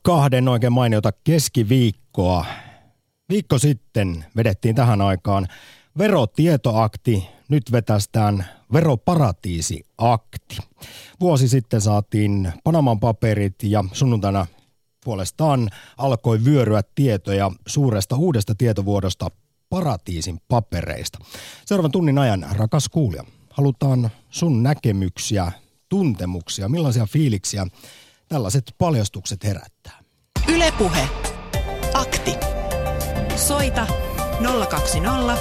2 oikein mainiota keskiviikkoa. Viikko sitten vedettiin tähän aikaan verotietoakti, nyt vetästään veroparatiisiakti. Vuosi sitten saatiin Panaman paperit ja sunnuntaina puolestaan alkoi vyöryä tietoja suuresta uudesta tietovuodosta paratiisin papereista. Seuraavan tunnin ajan, rakas kuulija, halutaan sun näkemyksiä, tuntemuksia, millaisia fiiliksiä tällaiset paljastukset herättää. Yle Puhe. Akti. Soita 020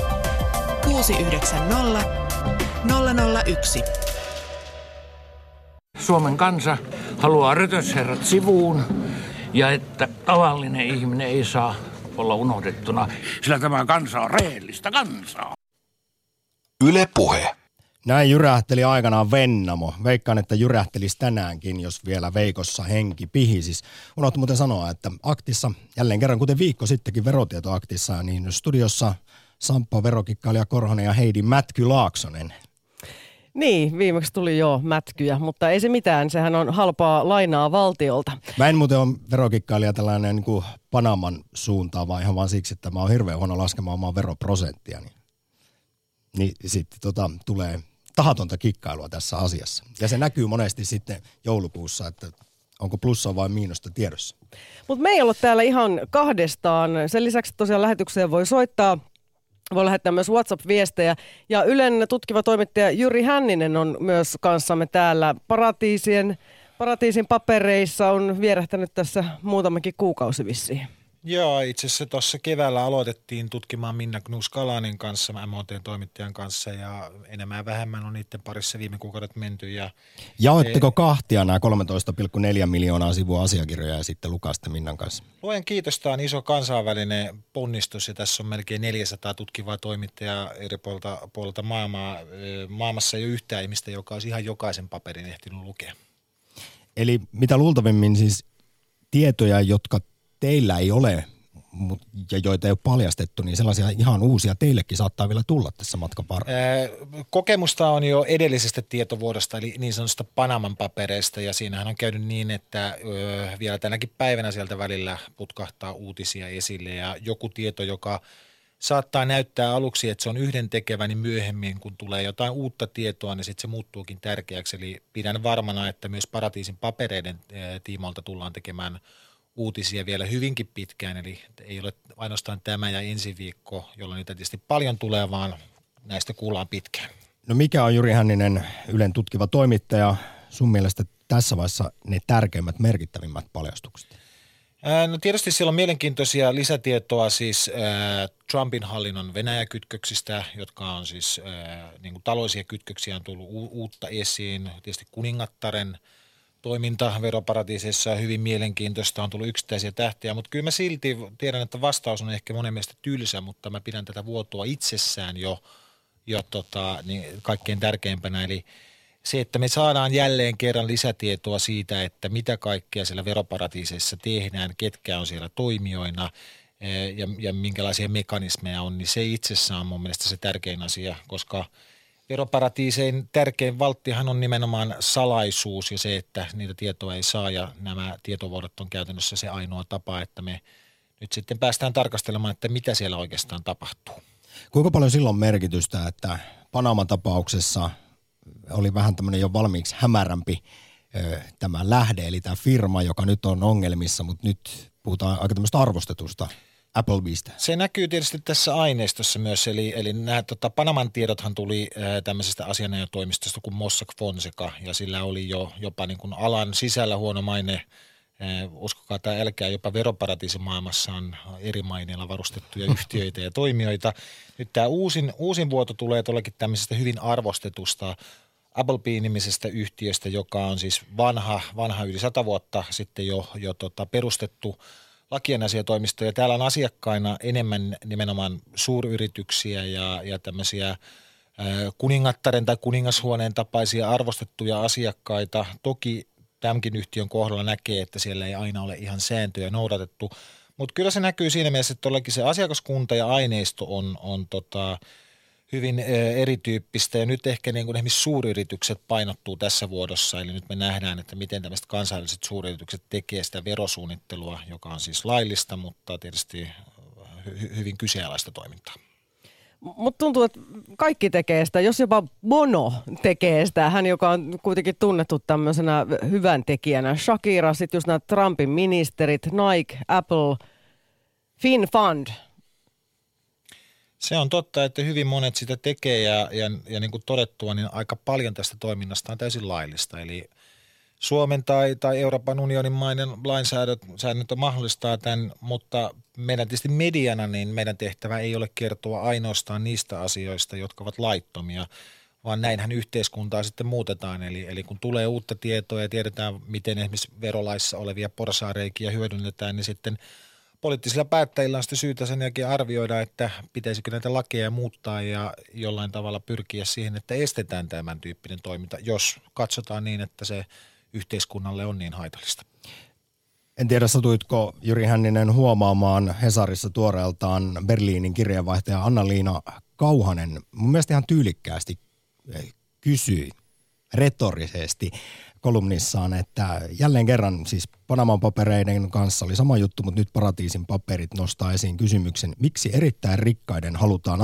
690 001. Suomen kansa haluaa rötösherrat sivuun ja että tavallinen ihminen ei saa olla unohdettuna, sillä tämä kansa on rehellistä kansaa. Yle Puhe. Näin jyrähteli aikanaan Vennamo. Veikkaan, että jyrähtelisi tänäänkin, jos vielä Veikossa henki pihisis. Unohtu muuten sanoa, että aktissa, jälleen kerran kuten viikko sittenkin verotietoaktissa, niin studiossa Samppa verokikkailija Korhonen ja Heidi Mätky Laaksonen. Niin, viimeksi tuli jo mätkyjä, mutta ei se mitään. Sehän on halpaa lainaa valtiolta. Mä en muuten ole verokikkailija tällainen niin kuin Panaman suuntaan, vaan ihan vaan siksi, että mä oon hirveän huono laskemaan omaa veroprosenttia. Niin sitten tulee tahatonta kikkailua tässä asiassa. Ja se näkyy monesti sitten joulukuussa, että onko plussaa vai miinusta tiedossa. Mutta me ei olla täällä ihan kahdestaan. Sen lisäksi tosiaan lähetykseen voi soittaa. Voi lähettää myös WhatsApp-viestejä. Ja Ylen tutkiva toimittaja Jyri Hänninen on myös kanssamme täällä. Paratiisin papereissa on vierähtänyt tässä muutamakin kuukausi vissiin. Joo, itse asiassa tuossa keväällä aloitettiin tutkimaan Minna Knuuskalanin kanssa, MOT-toimittajan kanssa, ja enemmän ja vähemmän on niiden parissa viime kuukaudet menty. Jaoitteko kahtia nämä 13,4 miljoonaa sivua asiakirjoja ja sitten lukasitte Minnan kanssa? Luen kiitos, tämä on iso kansainvälinen ponnistus, ja tässä on melkein 400 tutkivaa toimittajaa eri puolilta maailmaa. Maailmassa ei ole yhtään ihmistä, joka olisi ihan jokaisen paperin ehtinyt lukea. Eli mitä luultavimmin siis tietoja, jotka teillä ei ole ja joita ei ole paljastettu, niin sellaisia ihan uusia teillekin saattaa vielä tulla tässä matkan varrella. Kokemusta on jo edellisestä tietovuodosta, eli niin sanotusta Panaman papereista, ja siinähän on käynyt niin, että vielä tänäkin päivänä sieltä välillä putkahtaa uutisia esille, ja joku tieto, joka saattaa näyttää aluksi, että se on yhdentekevä, niin myöhemmin, kun tulee jotain uutta tietoa, niin sitten se muuttuukin tärkeäksi. Eli pidän varmana, että myös paratiisin papereiden tiimoilta tullaan tekemään uutisia vielä hyvinkin pitkään, eli ei ole ainoastaan tämä ja ensi viikko, jolloin niitä tietysti paljon tulee, vaan näistä kuullaan pitkään. No mikä on Jyri Hänninen, Ylen tutkiva toimittaja, sun mielestä tässä vaiheessa ne tärkeimmät, merkittävimmät paljastukset? No tietysti siellä on mielenkiintoisia lisätietoa siis Trumpin hallinnon Venäjä-kytköksistä, jotka on siis niin kuin taloudellisia kytköksiä on tullut uutta esiin, tietysti kuningattaren toiminta veroparatiiseissa on hyvin mielenkiintoista, on tullut yksittäisiä tähtiä, mutta kyllä mä silti tiedän, että vastaus on ehkä monen mielestä tylsä, mutta mä pidän tätä vuotoa itsessään jo niin kaikkein tärkeimpänä. Eli se, että me saadaan jälleen kerran lisätietoa siitä, että mitä kaikkea siellä veroparatiiseissa tehdään, ketkä on siellä toimijoina ja minkälaisia mekanismeja on, niin se itsessään on mun mielestä se tärkein asia, koska veroparatiisein tärkein valttihan on nimenomaan salaisuus ja se, että niitä tietoa ei saa, ja nämä tietovuodot on käytännössä se ainoa tapa, että me nyt sitten päästään tarkastelemaan, että mitä siellä oikeastaan tapahtuu. Kuinka paljon silloin merkitystä, että Panaman tapauksessa oli vähän tämmöinen jo valmiiksi hämärämpi tämä lähde, eli tämä firma, joka nyt on ongelmissa, mutta nyt puhutaan aika tämmöistä arvostetusta Applebeestä. Se näkyy tietysti tässä aineistossa myös, eli nämä Panaman tiedothan tuli tämmöisestä asianajotoimistosta kuin Mossack Fonseca, ja sillä oli jo jopa niin kuin alan sisällä huono maine, uskokaa tai älkää, jopa veroparatiisimaailmassa on eri maineilla varustettuja yhtiöitä ja toimijoita. Nyt tämä uusin vuoto tulee tuollakin tämmöisestä hyvin arvostetusta Applebee-nimisestä yhtiöstä, joka on siis vanha yli 100 vuotta sitten jo perustettu lakiasiatoimisto, ja täällä on asiakkaina enemmän nimenomaan suuryrityksiä ja tämmöisiä kuningattaren tai kuningashuoneen tapaisia arvostettuja asiakkaita. Toki tämänkin yhtiön kohdalla näkee, että siellä ei aina ole ihan sääntöjä noudatettu, mutta kyllä se näkyy siinä mielessä, että todellakin se asiakaskunta ja aineisto on hyvin erityyppistä ja nyt ehkä niin kuin esimerkiksi suuryritykset painottuu tässä vuodossa, eli nyt me nähdään, että miten tämmöiset kansainväliset suuryritykset tekee sitä verosuunnittelua, joka on siis laillista, mutta tietysti hyvin kyseenalaista toimintaa. Mutta tuntuu, että kaikki tekee sitä, jos jopa Bono tekee sitä, hän joka on kuitenkin tunnettu tämmöisenä hyvän tekijänä. Shakira, sitten just nämä Trumpin ministerit, Nike, Apple, FinFund. Se on totta, että hyvin monet sitä tekee ja niin kuin todettua, niin aika paljon tästä toiminnasta on täysin laillista. Eli Suomen tai Euroopan unionin maiden lainsäädäntö mahdollistaa tämän, mutta meidän tietysti mediana, niin meidän tehtävä ei ole kertoa ainoastaan niistä asioista, jotka ovat laittomia, vaan näinhän yhteiskuntaa sitten muutetaan. Eli kun tulee uutta tietoa ja tiedetään, miten esimerkiksi verolaissa olevia porsaareikiä hyödynnetään, niin sitten poliittisilla päättäjillä on sitten syytä sen jälkeen arvioida, että pitäisikö näitä lakeja muuttaa ja jollain tavalla pyrkiä siihen, että estetään tämän tyyppinen toiminta, jos katsotaan niin, että se yhteiskunnalle on niin haitallista. En tiedä, satuitko Jyri Hänninen huomaamaan Hesarissa tuoreeltaan Berliinin kirjeenvaihtaja Anna-Liina Kauhanen mun mielestä ihan tyylikkäästi kysyi retorisesti kolumnissaan, että jälleen kerran siis Panaman papereiden kanssa oli sama juttu, mutta nyt Paratiisin paperit nostaa esiin kysymyksen, miksi erittäin rikkaiden halutaan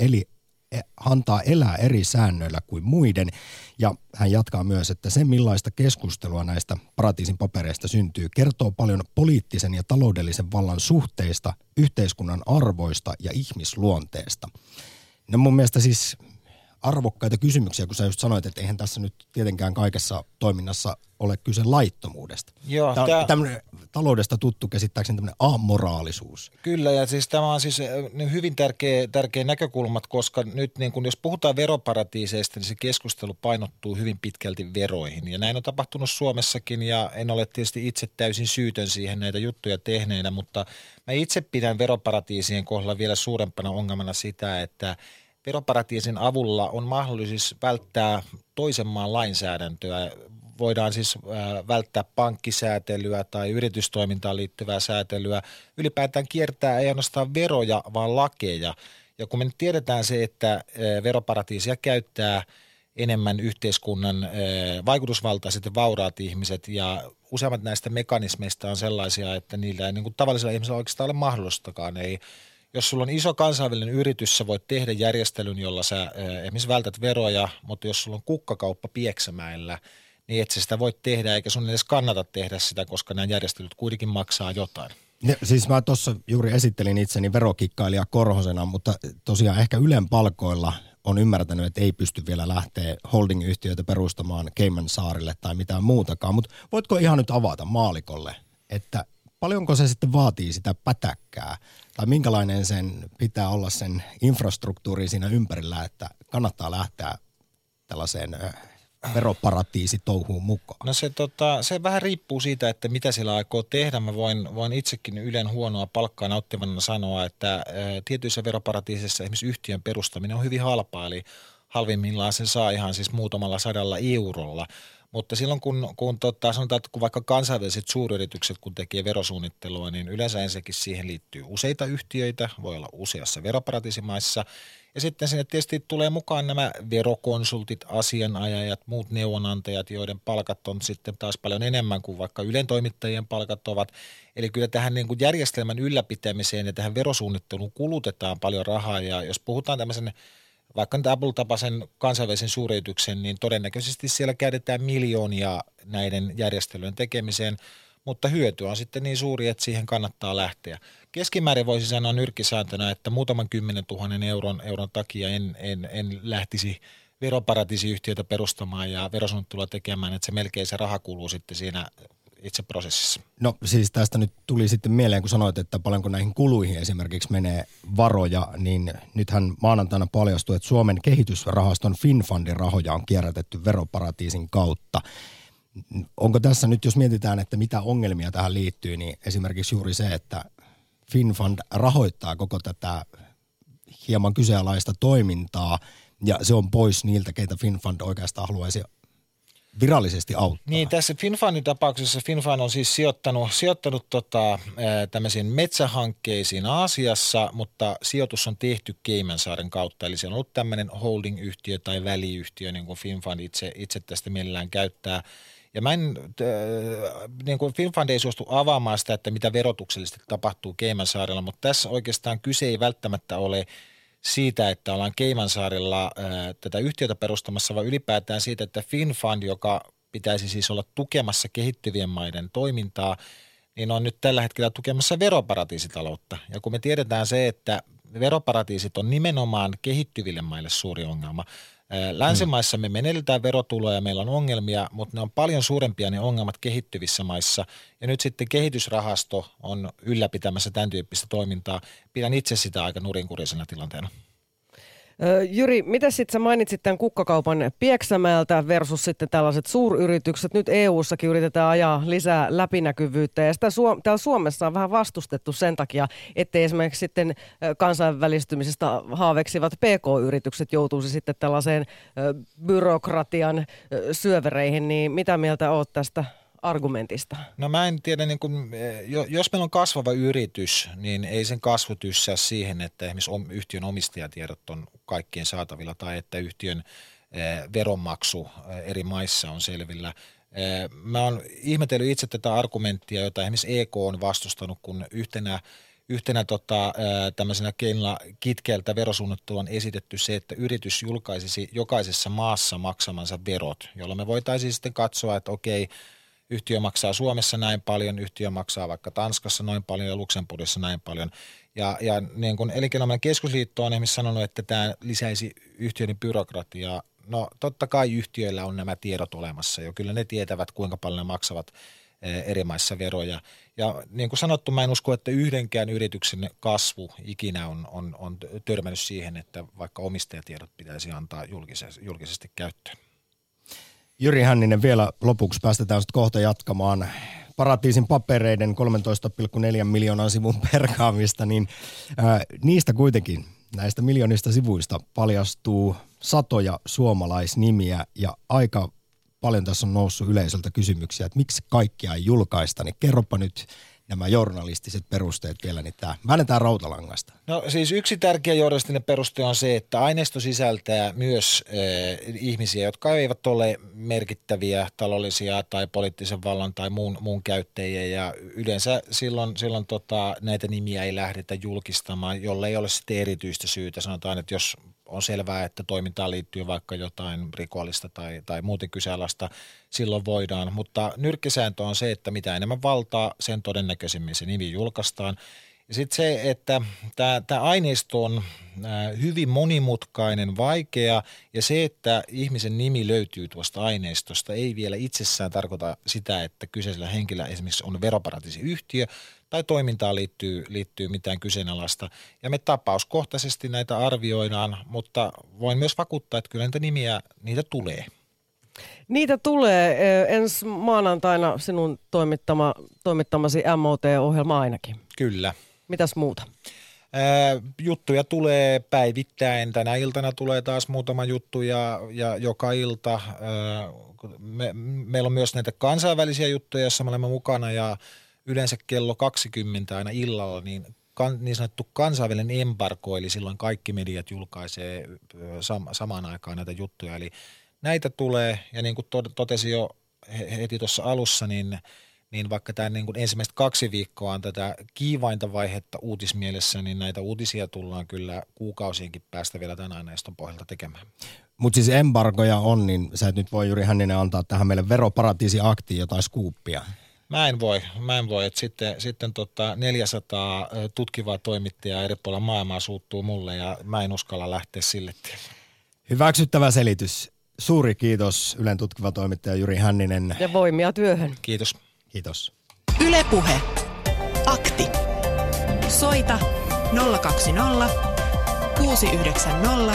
antaa elää eri säännöillä kuin muiden. Ja hän jatkaa myös, että se millaista keskustelua näistä Paratiisin papereista syntyy, kertoo paljon poliittisen ja taloudellisen vallan suhteista, yhteiskunnan arvoista ja ihmisluonteesta. No mun mielestä siis arvokkaita kysymyksiä, kun sä just sanoit, että eihän tässä nyt tietenkään kaikessa toiminnassa ole kyse laittomuudesta. Joo, tämä on tämmöinen taloudesta tuttu käsittääkseni tämmöinen amoraalisuus. Kyllä, ja siis tämä on siis hyvin tärkeä näkökulmat, koska nyt niin kun jos puhutaan veroparatiiseista, niin se keskustelu painottuu hyvin pitkälti veroihin. Ja näin on tapahtunut Suomessakin, ja en ole tietysti itse täysin syytön siihen näitä juttuja tehneenä, mutta mä itse pidän veroparatiisien kohdalla vielä suurempana ongelmana sitä, että veroparatiisin avulla on mahdollisuus välttää toisen maan lainsäädäntöä. Voidaan siis välttää pankkisäätelyä tai yritystoimintaan liittyvää säätelyä. Ylipäätään kiertää ei ainoastaan veroja, vaan lakeja. Ja kun me nyt tiedetään se, että veroparatiisia käyttää enemmän yhteiskunnan vaikutusvaltaiset ja vauraat ihmiset ja useammat näistä mekanismeista on sellaisia, että niillä ei niin kuin tavallisilla ihmisillä oikeastaan ole mahdollistakaan. Jos sulla on iso kansainvälinen yritys, sä voit tehdä järjestelyn, jolla sä esimerkiksi vältät veroja, mutta jos sulla on kukkakauppa Pieksämäellä, niin et sä sitä voi tehdä eikä sun edes kannata tehdä sitä, koska nämä järjestelyt kuitenkin maksaa jotain. Ja, siis mä tuossa juuri esittelin itseni verokikkailija Korhosena, mutta tosiaan ehkä Ylen palkoilla on ymmärtänyt, että ei pysty vielä lähteä holding-yhtiöitä perustamaan Caymansaarille tai mitään muutakaan, mutta voitko ihan nyt avata maalikolle, että paljonko se sitten vaatii sitä pätäkkää tai minkälainen sen pitää olla sen infrastruktuuri siinä ympärillä, että kannattaa lähteä tällaiseen veroparatiisitouhuun mukaan? No se vähän riippuu siitä, että mitä sillä aikoo tehdä. Mä voin itsekin Ylen huonoa palkkaa nauttivana sanoa, että tietyissä veroparatiisissa esimerkiksi yhtiön perustaminen on hyvin halpaa, eli halvimmillaan sen saa ihan siis muutamalla 100 eurolla. Mutta silloin kun sanotaan, että kun vaikka kansainväliset suuryritykset kun tekee verosuunnittelua, niin yleensä ensinnäkin siihen liittyy useita yhtiöitä, voi olla useassa veroparatiisimaissa. Ja sitten sinne tietysti tulee mukaan nämä verokonsultit, asianajajat, muut neuvonantajat, joiden palkat on sitten taas paljon enemmän kuin vaikka Ylen toimittajien palkat ovat. Eli kyllä tähän niin kuin järjestelmän ylläpitämiseen ja tähän verosuunnitteluun kulutetaan paljon rahaa. Ja jos puhutaan tämmöisen vaikka nyt Apple-tapaisen kansainvälisen suuryrityksen, niin todennäköisesti siellä käytetään miljoonia näiden järjestelyjen tekemiseen, mutta hyöty on sitten niin suuri, että siihen kannattaa lähteä. Keskimäärin voisi sanoa nyrkkisääntönä, että muutaman 10 000 euron takia en lähtisi veroparatiisiyhtiötä perustamaan ja verosuunnittelua tekemään, että se melkein se raha kuluu sitten siinä itse prosessissa. No siis tästä nyt tuli sitten mieleen, kun sanoit, että paljonko näihin kuluihin esimerkiksi menee varoja, niin nythän maanantaina paljastui, että Suomen kehitysrahaston FinFundin rahoja on kierrätetty veroparatiisin kautta. Onko tässä nyt, jos mietitään, että mitä ongelmia tähän liittyy, niin esimerkiksi juuri se, että FinFund rahoittaa koko tätä hieman kyseenalaista toimintaa ja se on pois niiltä, keitä FinFund oikeastaan haluaisi virallisesti auttaa. Niin, tässä FinFundin tapauksessa FinFund on siis sijoittanut tämmöisiin metsähankkeisiin Aasiassa, mutta sijoitus on tehty Caymansaaren kautta. Eli se on ollut tämmöinen holding-yhtiö tai väliyhtiö, niin kuin FinFund itse tästä mielellään käyttää. Ja niin kuin FinFund ei suostu avaamaan sitä, että mitä verotuksellisesti tapahtuu Caymansaarella, mutta tässä oikeastaan kyse ei välttämättä ole siitä, että ollaan Caymansaarella tätä yhtiötä perustamassa, vaan ylipäätään siitä, että FinFund, joka pitäisi siis olla tukemassa kehittyvien maiden toimintaa, niin on nyt tällä hetkellä tukemassa veroparatiisitaloutta. Ja kun me tiedetään se, että veroparatiisit on nimenomaan kehittyville maille suuri ongelma. Länsimaissa me menetetään verotuloja ja meillä on ongelmia, mutta ne on paljon suurempia ne ongelmat kehittyvissä maissa. Ja nyt sitten kehitysrahasto on ylläpitämässä tämän tyyppistä toimintaa. Pidän itse sitä aika nurinkurisena tilanteena. Jyri, mitä sitten sä mainitsit tämän kukkakaupan Pieksämäeltä versus sitten tällaiset suuryritykset? Nyt EU-sakin yritetään ajaa lisää läpinäkyvyyttä ja sitä täällä Suomessa on vähän vastustettu sen takia, ettei esimerkiksi sitten kansainvälistymisestä haaveksivat PK-yritykset joutuisi sitten tällaiseen byrokratian syövereihin. Niin mitä mieltä oot tästä argumentista? No mä en tiedä, niin kun, jos meillä on kasvava yritys, niin ei sen kasvu tyssää siihen, että esimerkiksi yhtiön omistajatiedot on kaikkien saatavilla tai että yhtiön veronmaksu eri maissa on selvillä. Mä oon ihmetellyt itse tätä argumenttia, jota esimerkiksi EK on vastustanut, kun yhtenä tämmöisenä keinona kitkeältä verosuunnittelua on esitetty se, että yritys julkaisisi jokaisessa maassa maksamansa verot, jolloin me voitaisiin sitten katsoa, että okei, yhtiö maksaa Suomessa näin paljon, yhtiö maksaa vaikka Tanskassa noin paljon ja Luxemburgissa näin paljon. Ja niin kuin Elinkeinoelämän keskusliitto on esimerkiksi sanonut, että tämä lisäisi yhtiöiden byrokratiaa. No totta kai yhtiöillä on nämä tiedot olemassa jo. Kyllä ne tietävät, kuinka paljon ne maksavat eri maissa veroja. Ja niin kuin sanottu, mä en usko, että yhdenkään yrityksen kasvu ikinä on törmännyt siihen, että vaikka omistajatiedot pitäisi antaa julkisesti käyttöön. Jyri Hänninen, vielä lopuksi päästetään sitten kohta jatkamaan Paratiisin papereiden 13,4 miljoonan sivun perkaamista, niin niistä kuitenkin, näistä miljoonista sivuista paljastuu satoja suomalaisnimiä ja aika paljon tässä on noussut yleisöltä kysymyksiä, että miksi kaikkia ei julkaista, niin kerropa nyt nämä journalistiset perusteet vielä, niin tämä väännetään rautalangasta. No siis yksi tärkeä journalistinen peruste on se, että aineisto sisältää myös ihmisiä, jotka eivät ole merkittäviä taloudellisia tai poliittisen vallan tai muun käyttäjiä ja yleensä silloin näitä nimiä ei lähdetä julkistamaan, jollei ole sitten erityistä syytä. Sanotaan, että jos on selvää, että toimintaan liittyy vaikka jotain rikollista tai muuten kyseenalaista, silloin voidaan. Mutta nyrkkisääntö on se, että mitä enemmän valtaa, sen todennäköisemmin se nimi julkaistaan. Ja sitten se, että tämä aineisto on hyvin monimutkainen, vaikea ja se, että ihmisen nimi löytyy tuosta aineistosta ei vielä itsessään tarkoita sitä, että kyseisellä henkilöllä esimerkiksi on veroparatiisiyhtiö tai toimintaan liittyy mitään kyseenalaista. Ja me tapauskohtaisesti näitä arvioidaan, mutta voin myös vakuuttaa, että kyllä niitä tulee. Niitä tulee ensi maanantaina sinun toimittamasi MOT-ohjelma ainakin. Kyllä. Mitäs muuta? Juttuja tulee päivittäin. Tänä iltana tulee taas muutama juttu ja joka ilta. Meillä on myös näitä kansainvälisiä juttuja, joissa me olemme mukana ja yleensä kello 20 aina illalla niin sanottu kansainvälinen embargo, eli silloin kaikki mediat julkaisee samaan aikaan näitä juttuja. Eli näitä tulee ja niin kuin totesin jo heti tuossa alussa, niin vaikka tämä niin kuin ensimmäiset 2 viikkoa on tätä kiivainta vaihetta uutismielessä, niin näitä uutisia tullaan kyllä kuukausienkin päästä vielä tämän aineiston pohjalta tekemään. Mutta siis embargoja on, niin sä et nyt voi Jyri Hänninen antaa tähän meille veroparatiisiaktiin jotain skuuppia. Mä en voi. Että sitten 400 tutkivaa toimittajaa eri puolilla maailmaa suuttuu mulle ja mä en uskalla lähteä sille tielle. Hyväksyttävä selitys. Suuri kiitos Ylen tutkiva toimittaja Jyri Hänninen. Ja voimia työhön. Kiitos. Kiitos. Yle Puhe. Akti. Soita 020 690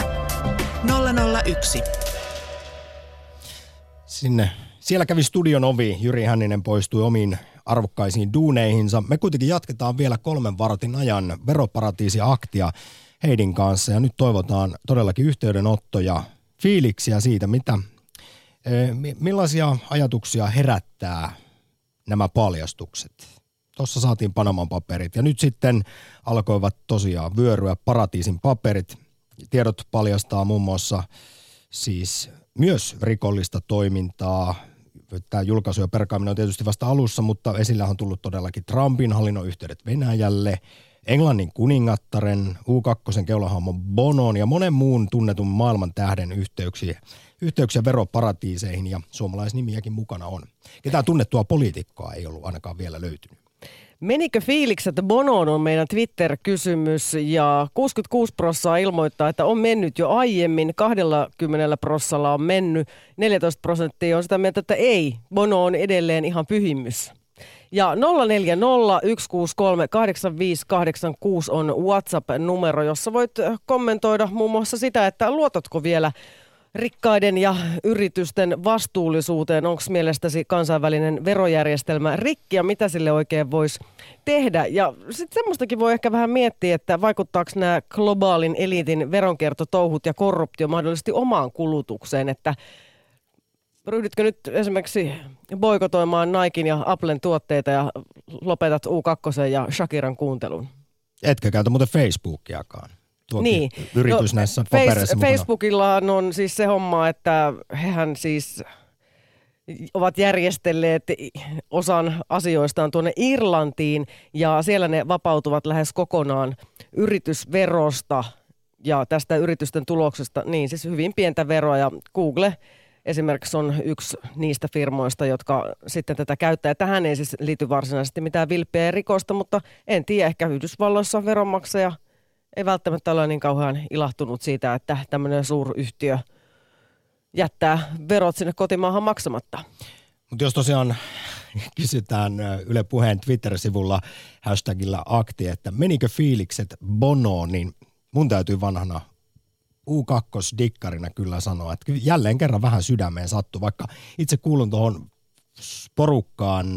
001. Siellä kävi studion ovi. Jyri Hänninen poistui omiin arvokkaisiin duuneihinsa. Me kuitenkin jatketaan vielä 3 vartin ajan veroparatiisiaktia Heidin kanssa. Ja nyt toivotaan todellakin yhteydenottoja, fiiliksiä siitä, mitä Millaisia ajatuksia herättää nämä paljastukset? Tuossa saatiin Panaman paperit ja nyt sitten alkoivat tosiaan vyöryä paratiisin paperit. Tiedot paljastaa muun muassa siis myös rikollista toimintaa. Tämä julkaisu ja perkaaminen on tietysti vasta alussa, mutta esillä on tullut todellakin Trumpin hallinnon yhteydet Venäjälle, Englannin kuningattaren, U2 keulahahmon Bonon ja monen muun tunnetun maailman tähden yhteyksiä veroparatiiseihin ja suomalaisnimiäkin mukana on. Ketään tunnettua poliitikkoa ei ollut ainakaan vielä löytynyt. Menikö fiilikset Bonoon on meidän Twitter-kysymys ja 66% ilmoittaa, että on mennyt jo aiemmin, 20% on mennyt, 14% on sitä mieltä, että ei, Bono on edelleen ihan pyhimys. Ja 0401638586 on WhatsApp-numero, jossa voit kommentoida muun muassa sitä, että luotatko vielä rikkaiden ja yritysten vastuullisuuteen. Onko mielestäsi kansainvälinen verojärjestelmä rikki ja mitä sille oikein voisi tehdä? Ja sitten semmoistakin voi ehkä vähän miettiä, että vaikuttaako nämä globaalin eliitin veronkiertotouhut ja korruptio mahdollisesti omaan kulutukseen, että ryhdytkö nyt esimerkiksi boikotoimaan Niken ja Applen tuotteita ja lopetat U2 ja Shakiran kuuntelun? Etkä käytä muuten Facebookiakaan. Niin. Yritys näissä papereissa Facebookilla on siis se homma, että hehän siis ovat järjestelleet osan asioistaan tuonne Irlantiin ja siellä ne vapautuvat lähes kokonaan yritysverosta ja tästä yritysten tuloksesta, niin siis hyvin pientä veroa ja Google esimerkiksi on yksi niistä firmoista, jotka sitten tätä käyttää. Tähän ei siis liity varsinaisesti mitään vilppiä ja rikosta, mutta en tiedä, ehkä Yhdysvalloissa veronmaksaja ei välttämättä ole niin kauhean ilahtunut siitä, että tämmöinen suuryhtiö jättää verot sinne kotimaahan maksamatta. Mutta jos tosiaan kysytään Yle Puheen Twitter-sivulla hashtagillä akti, että menikö fiilikset Bonoon, niin mun täytyy vanhana U2-dikkarina kyllä sanoa, että jälleen kerran vähän sydämeen sattui, vaikka itse kuulun tuohon porukkaan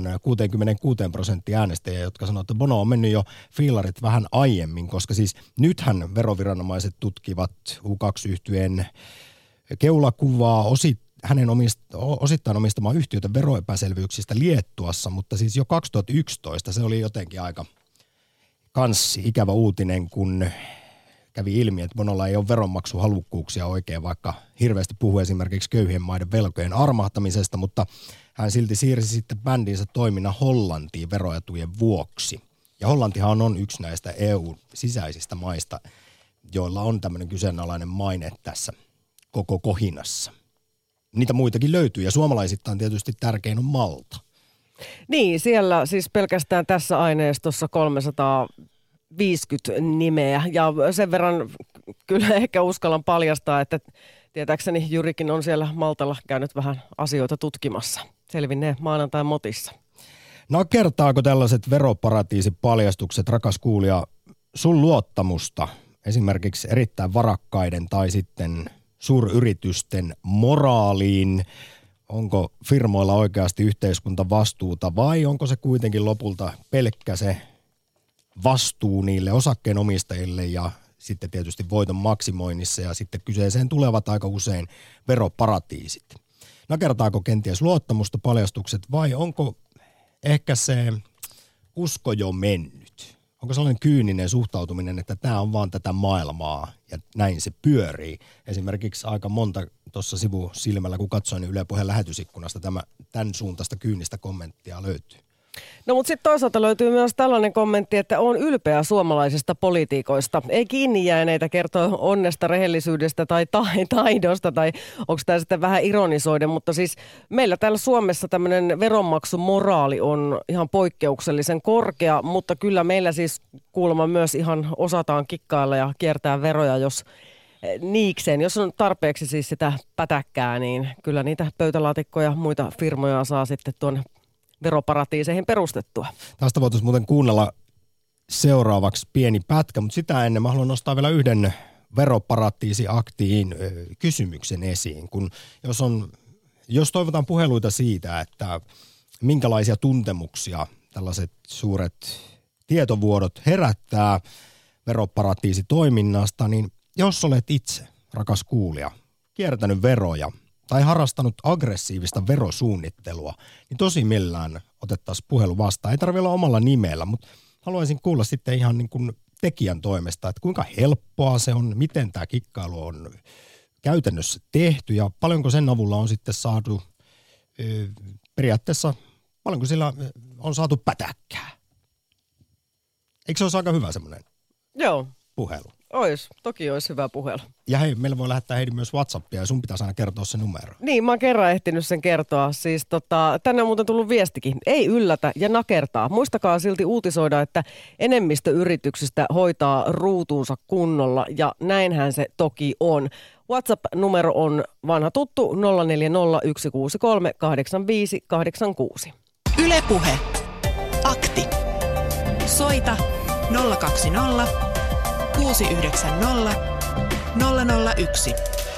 66% äänestäjiä, jotka sanoo, että Bono on mennyt jo fiilarit vähän aiemmin, koska siis nythän veroviranomaiset tutkivat U2-yhtyeen keulakuvaa hänen osittain omistamaan yhtiötä veroepäselvyyksistä Liettuassa, mutta siis jo 2011 se oli jotenkin aika kans ikävä uutinen, kun kävi ilmi, että Bonolla ei ole veronmaksuhalukkuuksia oikein, vaikka hirveästi puhuu esimerkiksi köyhien maiden velkojen armahtamisesta, mutta hän silti siirsi sitten bändinsä toiminnan Hollantiin veroetujen vuoksi. Ja Hollantihan on yksi näistä EU-sisäisistä maista, joilla on tämmöinen kyseenalainen maine tässä koko kohinassa. Niitä muitakin löytyy ja suomalaisittain tietysti tärkein on Malta. Niin, siellä siis pelkästään tässä aineistossa 350 nimeä ja sen verran kyllä ehkä uskallan paljastaa, että tietääkseni Jyrikin on siellä Maltalla käynyt vähän asioita tutkimassa. Selvinnee maanantain motissa. No kertaako tällaiset veroparatiisipaljastukset, rakas kuulija, sun luottamusta esimerkiksi erittäin varakkaiden tai sitten suuryritysten moraaliin? Onko firmoilla oikeasti yhteiskuntavastuuta vai onko se kuitenkin lopulta pelkkä se vastuu niille osakkeenomistajille ja sitten tietysti voiton maksimoinnissa ja sitten kyseeseen tulevat aika usein veroparatiisit? Nakertaako kenties luottamusta paljastukset vai onko ehkä se usko jo mennyt? Onko sellainen kyyninen suhtautuminen, että tämä on vaan tätä maailmaa ja näin se pyörii? Esimerkiksi aika monta tuossa sivusilmällä, kun katsoin Yle Puheen lähetysikkunasta, tämän suuntaista kyynistä kommenttia löytyy. No mutta sitten toisaalta löytyy myös tällainen kommentti, että on ylpeä suomalaisista poliitikoista. Ei kiinni jääneitä kertoa onnesta, rehellisyydestä tai taidosta tai onko tämä sitten vähän ironisoiden, mutta siis meillä täällä Suomessa tämmöinen veronmaksumoraali on ihan poikkeuksellisen korkea, mutta kyllä meillä siis kuulemma myös ihan osataan kikkailla ja kiertää veroja, jos niikseen. Jos on tarpeeksi siis sitä pätäkkää, niin kyllä niitä pöytälaatikkoja ja muita firmoja saa sitten tuon veroparatiiseihin perustettua. Tästä voitaisiin muuten kuunnella seuraavaksi pieni pätkä, mutta sitä ennen mä haluan nostaa vielä yhden veroparatiisiaktiin kysymyksen esiin. Jos toivotaan puheluita siitä, että minkälaisia tuntemuksia tällaiset suuret tietovuodot herättää veroparatiisitoiminnasta, niin jos olet itse, rakas kuulija, kiertänyt veroja tai harrastanut aggressiivista verosuunnittelua, niin tosi millään otettaisiin puhelu vastaan. Ei tarvitse olla omalla nimellä, mutta haluaisin kuulla sitten ihan niin kuin tekijän toimesta, että kuinka helppoa se on, miten tämä kikkailu on käytännössä tehty ja paljonko sen avulla on sitten saatu periaatteessa, paljonko sillä on saatu pätäkkää. Eikö se olisi aika hyvä semmoinen puhelu? Toki olisi hyvä puhelu. Ja hei, meillä voi lähettää Heidi myös WhatsAppia ja sun pitäisi aina kertoa se numero. Niin, mä oon kerran ehtinyt sen kertoa. Siis tänne on muuten tullut viestikin. Ei yllätä ja nakertaa. Muistakaa silti uutisoida, että enemmistö yrityksistä hoitaa ruutuunsa kunnolla ja näinhän se toki on. WhatsApp-numero on vanha tuttu 0401638586. Yle Puhe. Akti. Soita 020 690 001.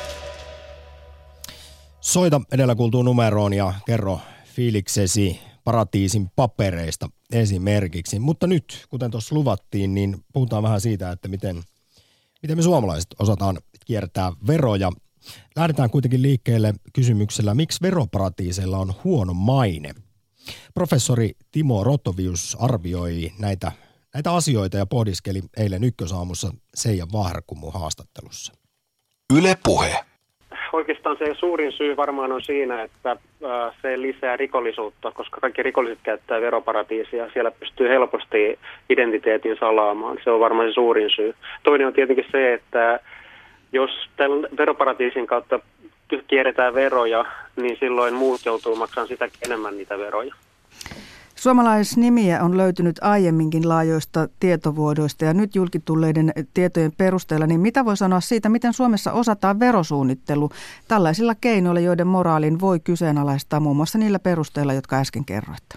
Soita edellä kuultuun numeroon ja kerro fiiliksesi Paratiisin papereista esimerkiksi. Mutta nyt, kuten tuossa luvattiin, niin puhutaan vähän siitä, että miten me suomalaiset osataan kiertää veroja. Lähdetään kuitenkin liikkeelle kysymyksellä, miksi veroparatiiseilla on huono maine. Professori Timo Rotovius arvioi näitä asioita ja pohdiskeli eilen Ykkösaamussa Seija Vaherkumun haastattelussa. Yle Puhe. Oikeastaan se suurin syy varmaan on siinä, että se lisää rikollisuutta, koska kaikki rikolliset käyttää veroparatiisia. Siellä pystyy helposti identiteetin salaamaan. Se on varmaan se suurin syy. Toinen on tietenkin se, että jos tällä veroparatiisin kautta kierretään veroja, niin silloin muut joutuu maksamaan sitä enemmän niitä veroja. Suomalaisnimiä on löytynyt aiemminkin laajoista tietovuodoista ja nyt julkitulleiden tietojen perusteella, niin mitä voi sanoa siitä, miten Suomessa osataan verosuunnittelu tällaisilla keinoilla, joiden moraalin voi kyseenalaistaa muun muassa niillä perusteilla, jotka äsken kerroitte?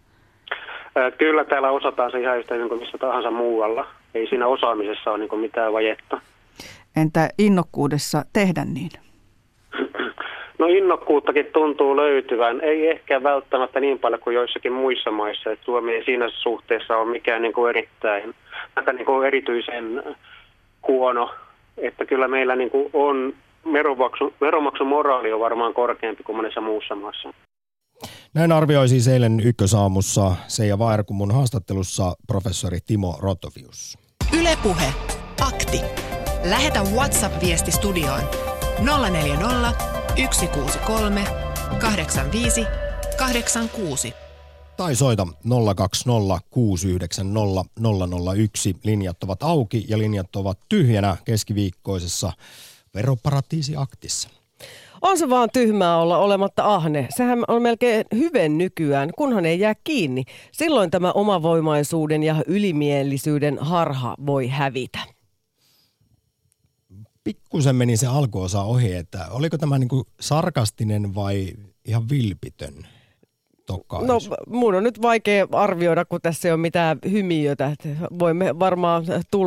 Kyllä täällä osataan se ihan yhtä niin kuin missä tahansa muualla. Ei siinä osaamisessa ole niin kuin mitään vajetta. Entä innokkuudessa tehdä niin? No innokkuuttakin tuntuu löytyvän. Ei ehkä välttämättä niin paljon kuin joissakin muissa maissa. Että Suomi ei siinä suhteessa ole mikään niin kuin erityisen huono. Että kyllä meillä niin kuin on veronmaksumoraali on varmaan korkeampi kuin monessa muussa maassa. Näin arvioi siis eilen Ykkösaamussa Seija Vaherkumun haastattelussa professori Timo Rotovius. Yle Puhe. Akti. Lähetä WhatsApp-viesti studioon 040 163 85 86. Tai soita 020 690 001. Linjat ovat auki ja linjat ovat tyhjänä keskiviikkoisessa veroparatiisiaktissa. On se vaan tyhmää olla olematta ahne. Sehän on melkein hyven nykyään, kunhan ei jää kiinni. Silloin tämä omavoimaisuuden ja ylimielisyyden harha voi hävitä. Pikkusen meni se alkuosa ohi, että oliko tämä niinku sarkastinen vai ihan vilpitön tokkaisu? No mun on nyt vaikea arvioida, kun tässä ei ole mitään hymiötä. Voimme varmaan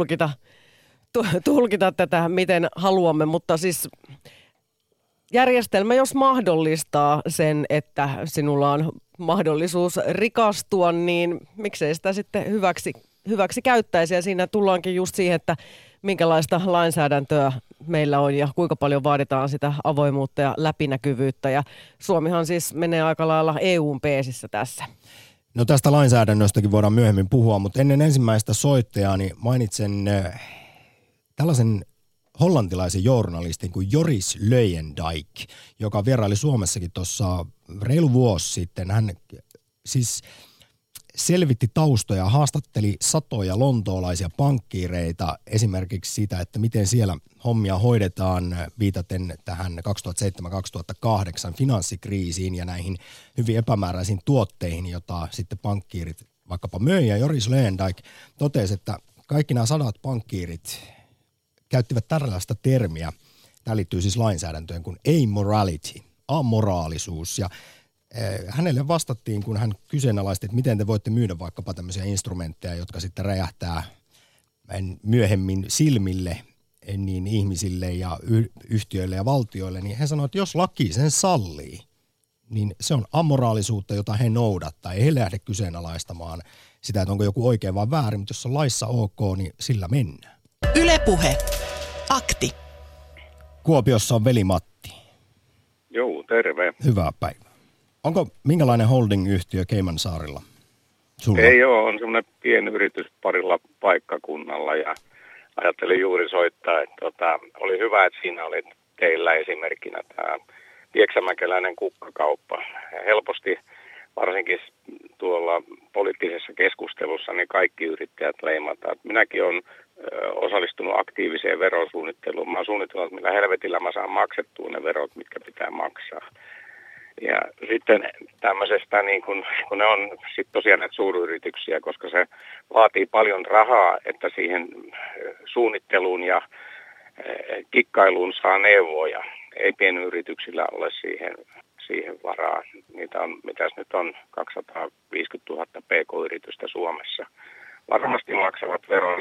tulkita tätä miten haluamme, mutta siis järjestelmä, jos mahdollistaa sen, että sinulla on mahdollisuus rikastua, niin miksei sitä sitten hyväksi käyttäisi. Ja siinä tullaankin just siihen, että minkälaista lainsäädäntöä meillä on ja kuinka paljon vaaditaan sitä avoimuutta ja läpinäkyvyyttä. Ja Suomihan siis menee aika lailla EU:n peesissä tässä. No tästä lainsäädännöstäkin voidaan myöhemmin puhua, mutta ennen ensimmäistä soittajaa niin mainitsen tällaisen hollantilaisen journalistin kuin Joris Luijendijk, joka vieraili Suomessakin tuossa reilu vuosi sitten. Hän siis selvitti taustoja, haastatteli satoja lontoolaisia pankkiireita esimerkiksi siitä, että miten siellä hommia hoidetaan viitaten tähän 2007-2008 finanssikriisiin ja näihin hyvin epämääräisiin tuotteihin, jota sitten pankkiirit vaikkapa möi. Ja Joris Luijendijk totesi, että kaikki nämä 100 pankkiirit käyttivät tällaista termiä, tämä liittyy siis lainsäädäntöön, kuin amorality, amoraalisuus. Ja hänelle vastattiin, kun hän kyseenalaisti, että miten te voitte myydä vaikkapa tämmöisiä instrumentteja, jotka sitten räjähtää myöhemmin silmille niin ihmisille ja yhtiöille ja valtioille, niin he sanoivat, että jos laki sen sallii, niin se on amoraalisuutta, jota he noudattaa. Ei he lähde kyseenalaistamaan sitä, että onko joku oikein vai väärin, mutta jos on laissa ok, niin sillä mennään. Yle Puhe. Akti. Kuopiossa on veli Matti. Joo, terve. Hyvää päivää. Onko minkälainen holding-yhtiö Caymansaarilla sulla? Ei ole, on semmoinen pienyritys parilla paikkakunnalla ja ajattelin juuri soittaa, että oli hyvä, että siinä oli teillä esimerkkinä tämä pieksämäkeläinen kukkakauppa. Ja helposti varsinkin tuolla poliittisessa keskustelussa niin kaikki yrittäjät leimataan. Minäkin olen osallistunut aktiiviseen verosuunnitteluun. Mä oon suunnitellut, että millä helvetillä mä saan maksettua ne verot, mitkä pitää maksaa. Ja sitten tämmöisestä, niin kun ne on sitten tosiaan näitä suuryrityksiä, koska se vaatii paljon rahaa, että siihen suunnitteluun ja kikkailuun saa neuvoja. Ei pienyrityksillä ole siihen varaa. Niitä on, mitäs nyt on, 250 000 pk-yritystä Suomessa. Varmasti maksavat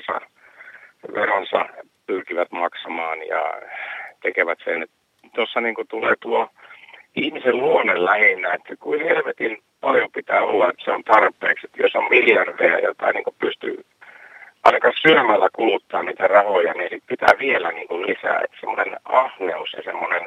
veronsa pyrkivät maksamaan ja tekevät sen. Tuossa niin tulee tuo ihmisen luonne lähinnä, että kuin helvetin paljon pitää olla, että se on tarpeeksi. Että jos on miljardeja, jota niin pystyy ainakaan syömällä kuluttaa niitä rahoja, niin sit pitää vielä niin lisää. Että semmoinen ahneus ja semmoinen,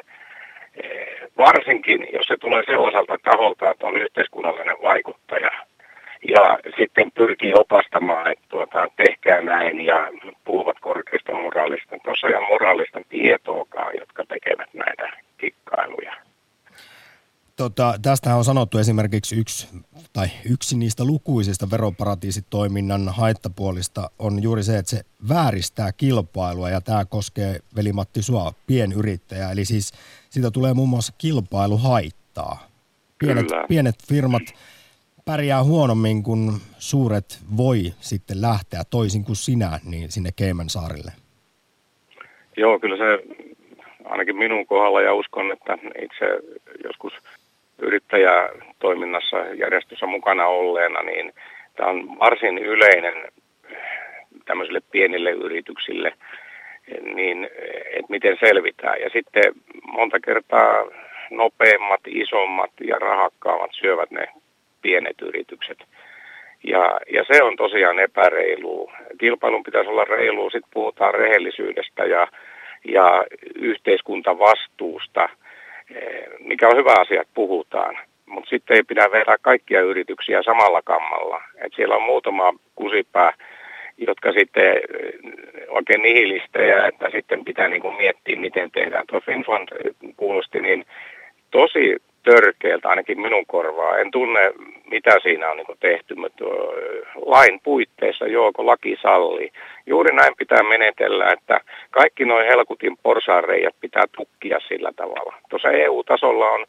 varsinkin jos se tulee sellaiselta taholta, että on yhteiskunnallinen vaikuttaja ja sitten pyrkii opastamaan, että tehkää näin ja puhuvat korkeista moraalista. Tuossa ei ole moraalista tietoakaan, jotka tekevät näitä kikkailuja. Tästähän on sanottu esimerkiksi yksi niistä lukuisista veroparatiisitoiminnan haittapuolista on juuri se, että se vääristää kilpailua ja tämä koskee, veli-Matti, sua, pienyrittäjää. Eli siis siitä tulee muun muassa kilpailuhaittaa. Pienet firmat pärjää huonommin, kun suuret voi sitten lähteä toisin kuin sinä niin sinne Caymansaarille. Joo, kyllä se ainakin minun kohdalla ja uskon, että itse joskus yrittäjätoiminnassa järjestössä mukana olleena, niin tämä on varsin yleinen tämmöisille pienille yrityksille, niin että miten selvitään. Ja sitten monta kertaa nopeammat, isommat ja rahakkaammat syövät ne pienet yritykset. Ja se on tosiaan epäreilua. Kilpailun pitäisi olla reilua, sitten puhutaan rehellisyydestä ja yhteiskuntavastuusta, mikä on hyvä asia, että puhutaan. Mutta sitten ei pidä vetää kaikkia yrityksiä samalla kammalla. Et siellä on muutama kusipää, jotka sitten oikein nihilistejä, että sitten pitää niinku miettiä, miten tehdään. Tuo FinFund kuulosti niin tosi törkeältä, ainakin minun korvaa. En tunne, mitä siinä on niinku tehty, mutta lain puitteissa, kun laki sallii. Juuri näin pitää menetellä, että kaikki nuo helkutin porsaanreijät pitää tukkia sillä tavalla. Tuossa EU-tasolla on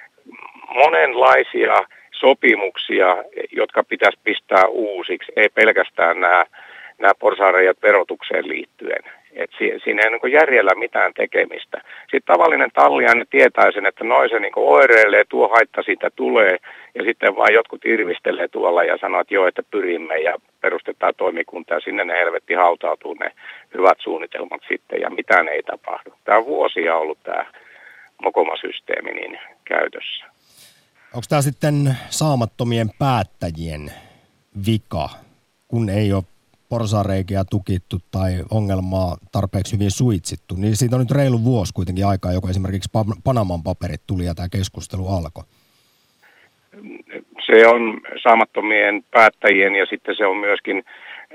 monenlaisia sopimuksia, jotka pitäisi pistää uusiksi, ei pelkästään nämä porsaanreijat verotukseen liittyen. Et siinä ei ole järjellä mitään tekemistä. Sitten tavallinen talliainen tietää sen, että noin se oireilee, tuo haitta siitä tulee, ja sitten vaan jotkut irvistelee tuolla ja sanoo, että joo, että pyrimme ja perustetaan toimikunta, ja sinne ne helvetti hautautuu ne hyvät suunnitelmat sitten, ja mitään ei tapahdu. Tämä on vuosia ollut tämä Mokoma-systeemi niin käytössä. Onko tämä sitten saamattomien päättäjien vika, kun ei ole porsaanreikiä tukittu tai ongelmaa tarpeeksi hyvin suitsittu, niin siitä on nyt reilu vuosi kuitenkin aikaa, joko esimerkiksi Panaman paperit tuli ja tämä keskustelu alkoi. Se on saamattomien päättäjien ja sitten se on myöskin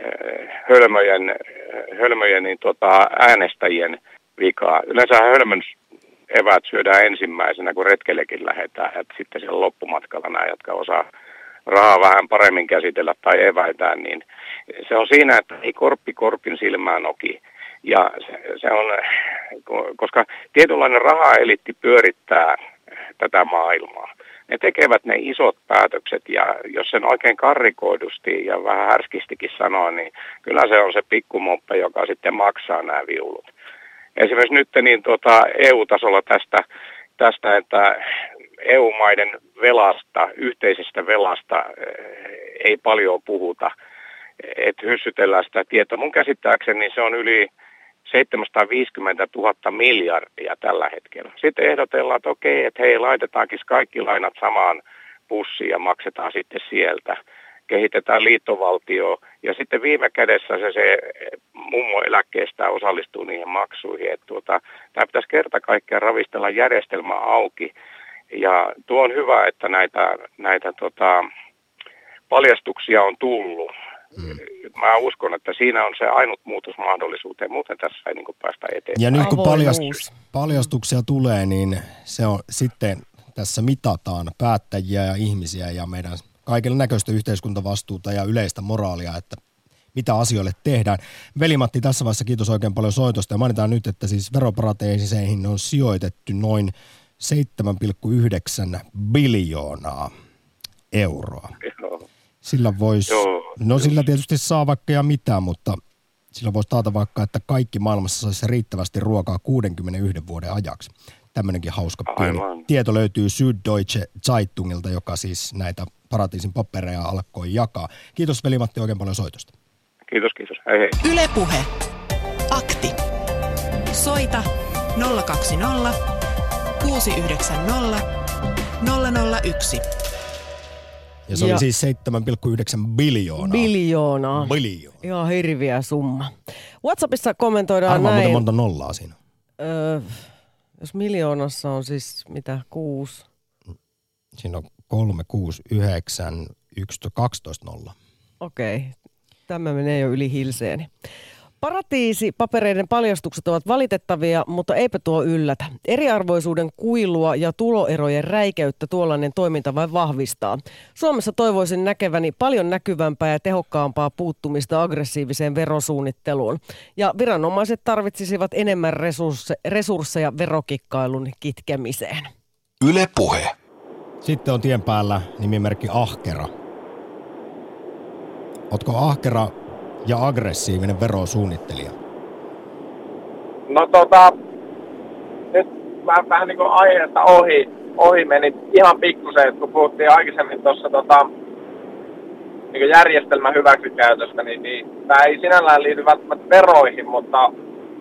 hölmöjen niin äänestäjien vikaa. Yleensä hölmön eväät syödään ensimmäisenä, kun retkellekin lähdetään, että sitten siellä loppumatkalla nämä, jotka osaa rahaa vähän paremmin käsitellä tai eväitään, niin se on siinä, että ei korppi korpin silmään noki. Ja se on, koska tietynlainen rahaeliitti pyörittää tätä maailmaa. Ne tekevät ne isot päätökset ja jos sen oikein karrikoidusti ja vähän härskistikin sanoo, niin kyllä se on se pikkumoppe, joka sitten maksaa nämä viulut. Esimerkiksi nyt niin EU-tasolla tästä, että EU-maiden velasta, yhteisestä velasta ei paljon puhuta, että hyssytellään sitä tietoa. Mun käsittääkseni niin se on yli 750 000 miljardia tällä hetkellä. Sitten ehdotellaan, että okei, että hei, laitetaankin kaikki lainat samaan pussiin ja maksetaan sitten sieltä. kehitetään liittovaltioa ja sitten viime kädessä se mummo eläkkeestä osallistuu niihin maksuihin. Tämä pitäisi kerta kaikkiaan ravistella järjestelmä auki ja tuo on hyvä, että näitä paljastuksia on tullut. Mä uskon, että siinä on se ainut muutosmahdollisuuteen, muuten tässä ei niin kuin päästä eteenpäin. Ja nyt kun paljastuksia tulee, niin se on sitten tässä mitataan päättäjiä ja ihmisiä ja meidän kaikilla näköistä yhteiskuntavastuuta ja yleistä moraalia, että mitä asioille tehdään. Veli-Matti, tässä vaiheessa kiitos oikein paljon soitosta ja mainitaan nyt, että siis veroparatiiseihin on sijoitettu noin 7,9 biljoonaa euroa. Sillä voisi, sillä tietysti saa vaikka ja mitään, mutta sillä voisi taata vaikka, että kaikki maailmassa saisi riittävästi ruokaa 61 vuoden ajaksi. Tämmöinenkin hauska pieni tieto löytyy Süddeutsche Zeitungilta, joka siis näitä paratiisin papereja alkoi jakaa. Kiitos Veli-Matti oikein paljon soitosta. Kiitos. Hei. Yle Puhe. Akti. Soita 020 690 001. Ja se oli siis 7,9 biljoonaa. Biljoonaa. Ihan hirviä summa. WhatsAppissa kommentoidaan näin. Arvaa monta nollaa siinä. Jos miljoonassa on siis mitä, 6? Siinä on 3, 6, 9, 11, 12 nolla. Okei. Tämä menee jo yli hilseeni. Paratiisipapereiden paljastukset ovat valitettavia, mutta eipä tuo yllätä. Eriarvoisuuden kuilua ja tuloerojen räikeyttä tuollainen toiminta vain vahvistaa. Suomessa toivoisin näkeväni paljon näkyvämpää ja tehokkaampaa puuttumista aggressiiviseen verosuunnitteluun. Ja viranomaiset tarvitsisivat enemmän resursseja verokikkailun kitkemiseen. Yle Puhe. Sitten on tien päällä nimimerkki Ahkera. Ootko ahkera ja aggressiivinen verosuunnittelija? No nyt vähän niin kuin aiheesta ohi meni ihan pikkusen, kun puhuttiin aikaisemmin tuossa niin järjestelmän hyväksikäytöstä, niin tämä ei sinällään liity välttämättä veroihin, mutta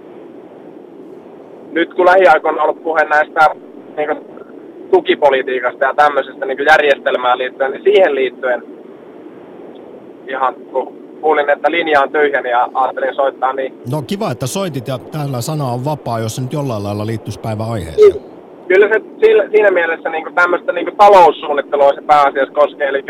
nyt kun lähiaikoina on ollut puhe näistä niin tukipolitiikasta ja tämmöisestä niin järjestelmään liittyen, niin siihen liittyen ihan kun kuulin, että linja on tyhjä ja ajattelin soittaa, niin... No kiva, että soitit ja täällä sana on vapaa, jos se nyt jollain lailla liittyisi päivän aiheeseen. Kyllä se siinä mielessä niin tämmöistä niin taloussuunnittelua se pääasiassa koskee. Eli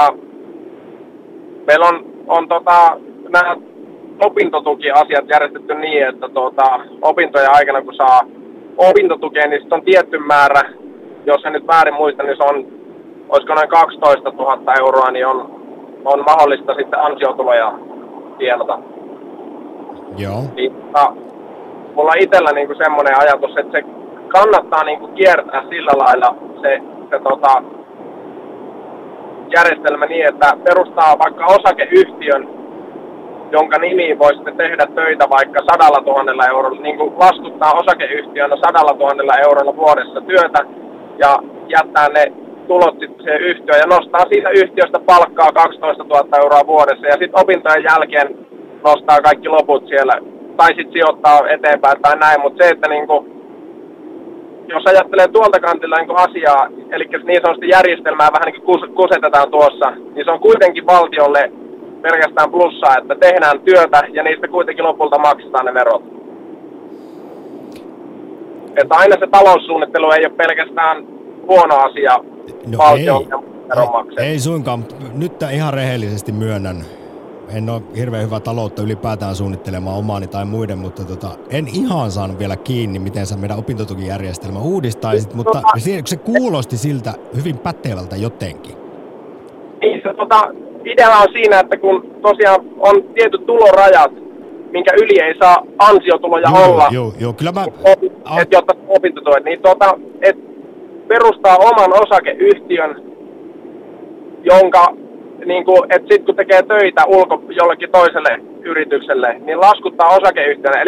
meillä on nämä opintotukiasiat järjestetty niin, että opintojen aikana kun saa opintotukea, niin sitten on tietty määrä, jos en nyt väärin muista, niin se on, olisiko noin 12 000 euroa, niin on mahdollista sitten ansiotuloja tienata. Joo. Niin, mulla on itsellä niinku semmoinen ajatus, että se kannattaa niinku kiertää sillä lailla se järjestelmä niin, että perustaa vaikka osakeyhtiön, jonka nimiin voi sitten tehdä töitä vaikka 100 000 eurolla, niin kuin laskuttaa osakeyhtiönä 100 000 eurolla vuodessa työtä ja jättää ne tulot sitten siihen yhtiöön ja nostaa siitä yhtiöstä palkkaa 12 000 euroa vuodessa ja sitten opintojen jälkeen nostaa kaikki loput siellä tai sitten sijoittaa eteenpäin tai näin, mutta se, että niinku, jos ajattelee tuolta kantilla niinku asiaa, eli niin sanotusti järjestelmää vähän niin kuin kusetetaan tuossa, niin se on kuitenkin valtiolle pelkästään plussaa, että tehdään työtä ja niistä kuitenkin lopulta maksetaan ne verot. Että aina se taloussuunnittelu ei ole pelkästään huono asia. No ei suinkaan. Nyt ihan rehellisesti myönnän. En ole hirveän hyvä taloutta ylipäätään suunnittelemaan omaani tai muiden, mutta en ihan saanut vielä kiinni, miten sä meidän opintotukijärjestelmä uudistaisit, mutta se kuulosti siltä hyvin pätevältä jotenkin. Niin, se idea on siinä, että kun tosiaan on tietyt tulorajat, minkä yli ei saa ansiotuloja olla, joo, kyllä mä... jotta opintotuet, niin perustaa oman osakeyhtiön, jonka, niin että sitten kun tekee töitä jollekin toiselle yritykselle, niin laskuttaa osakeyhtiönä.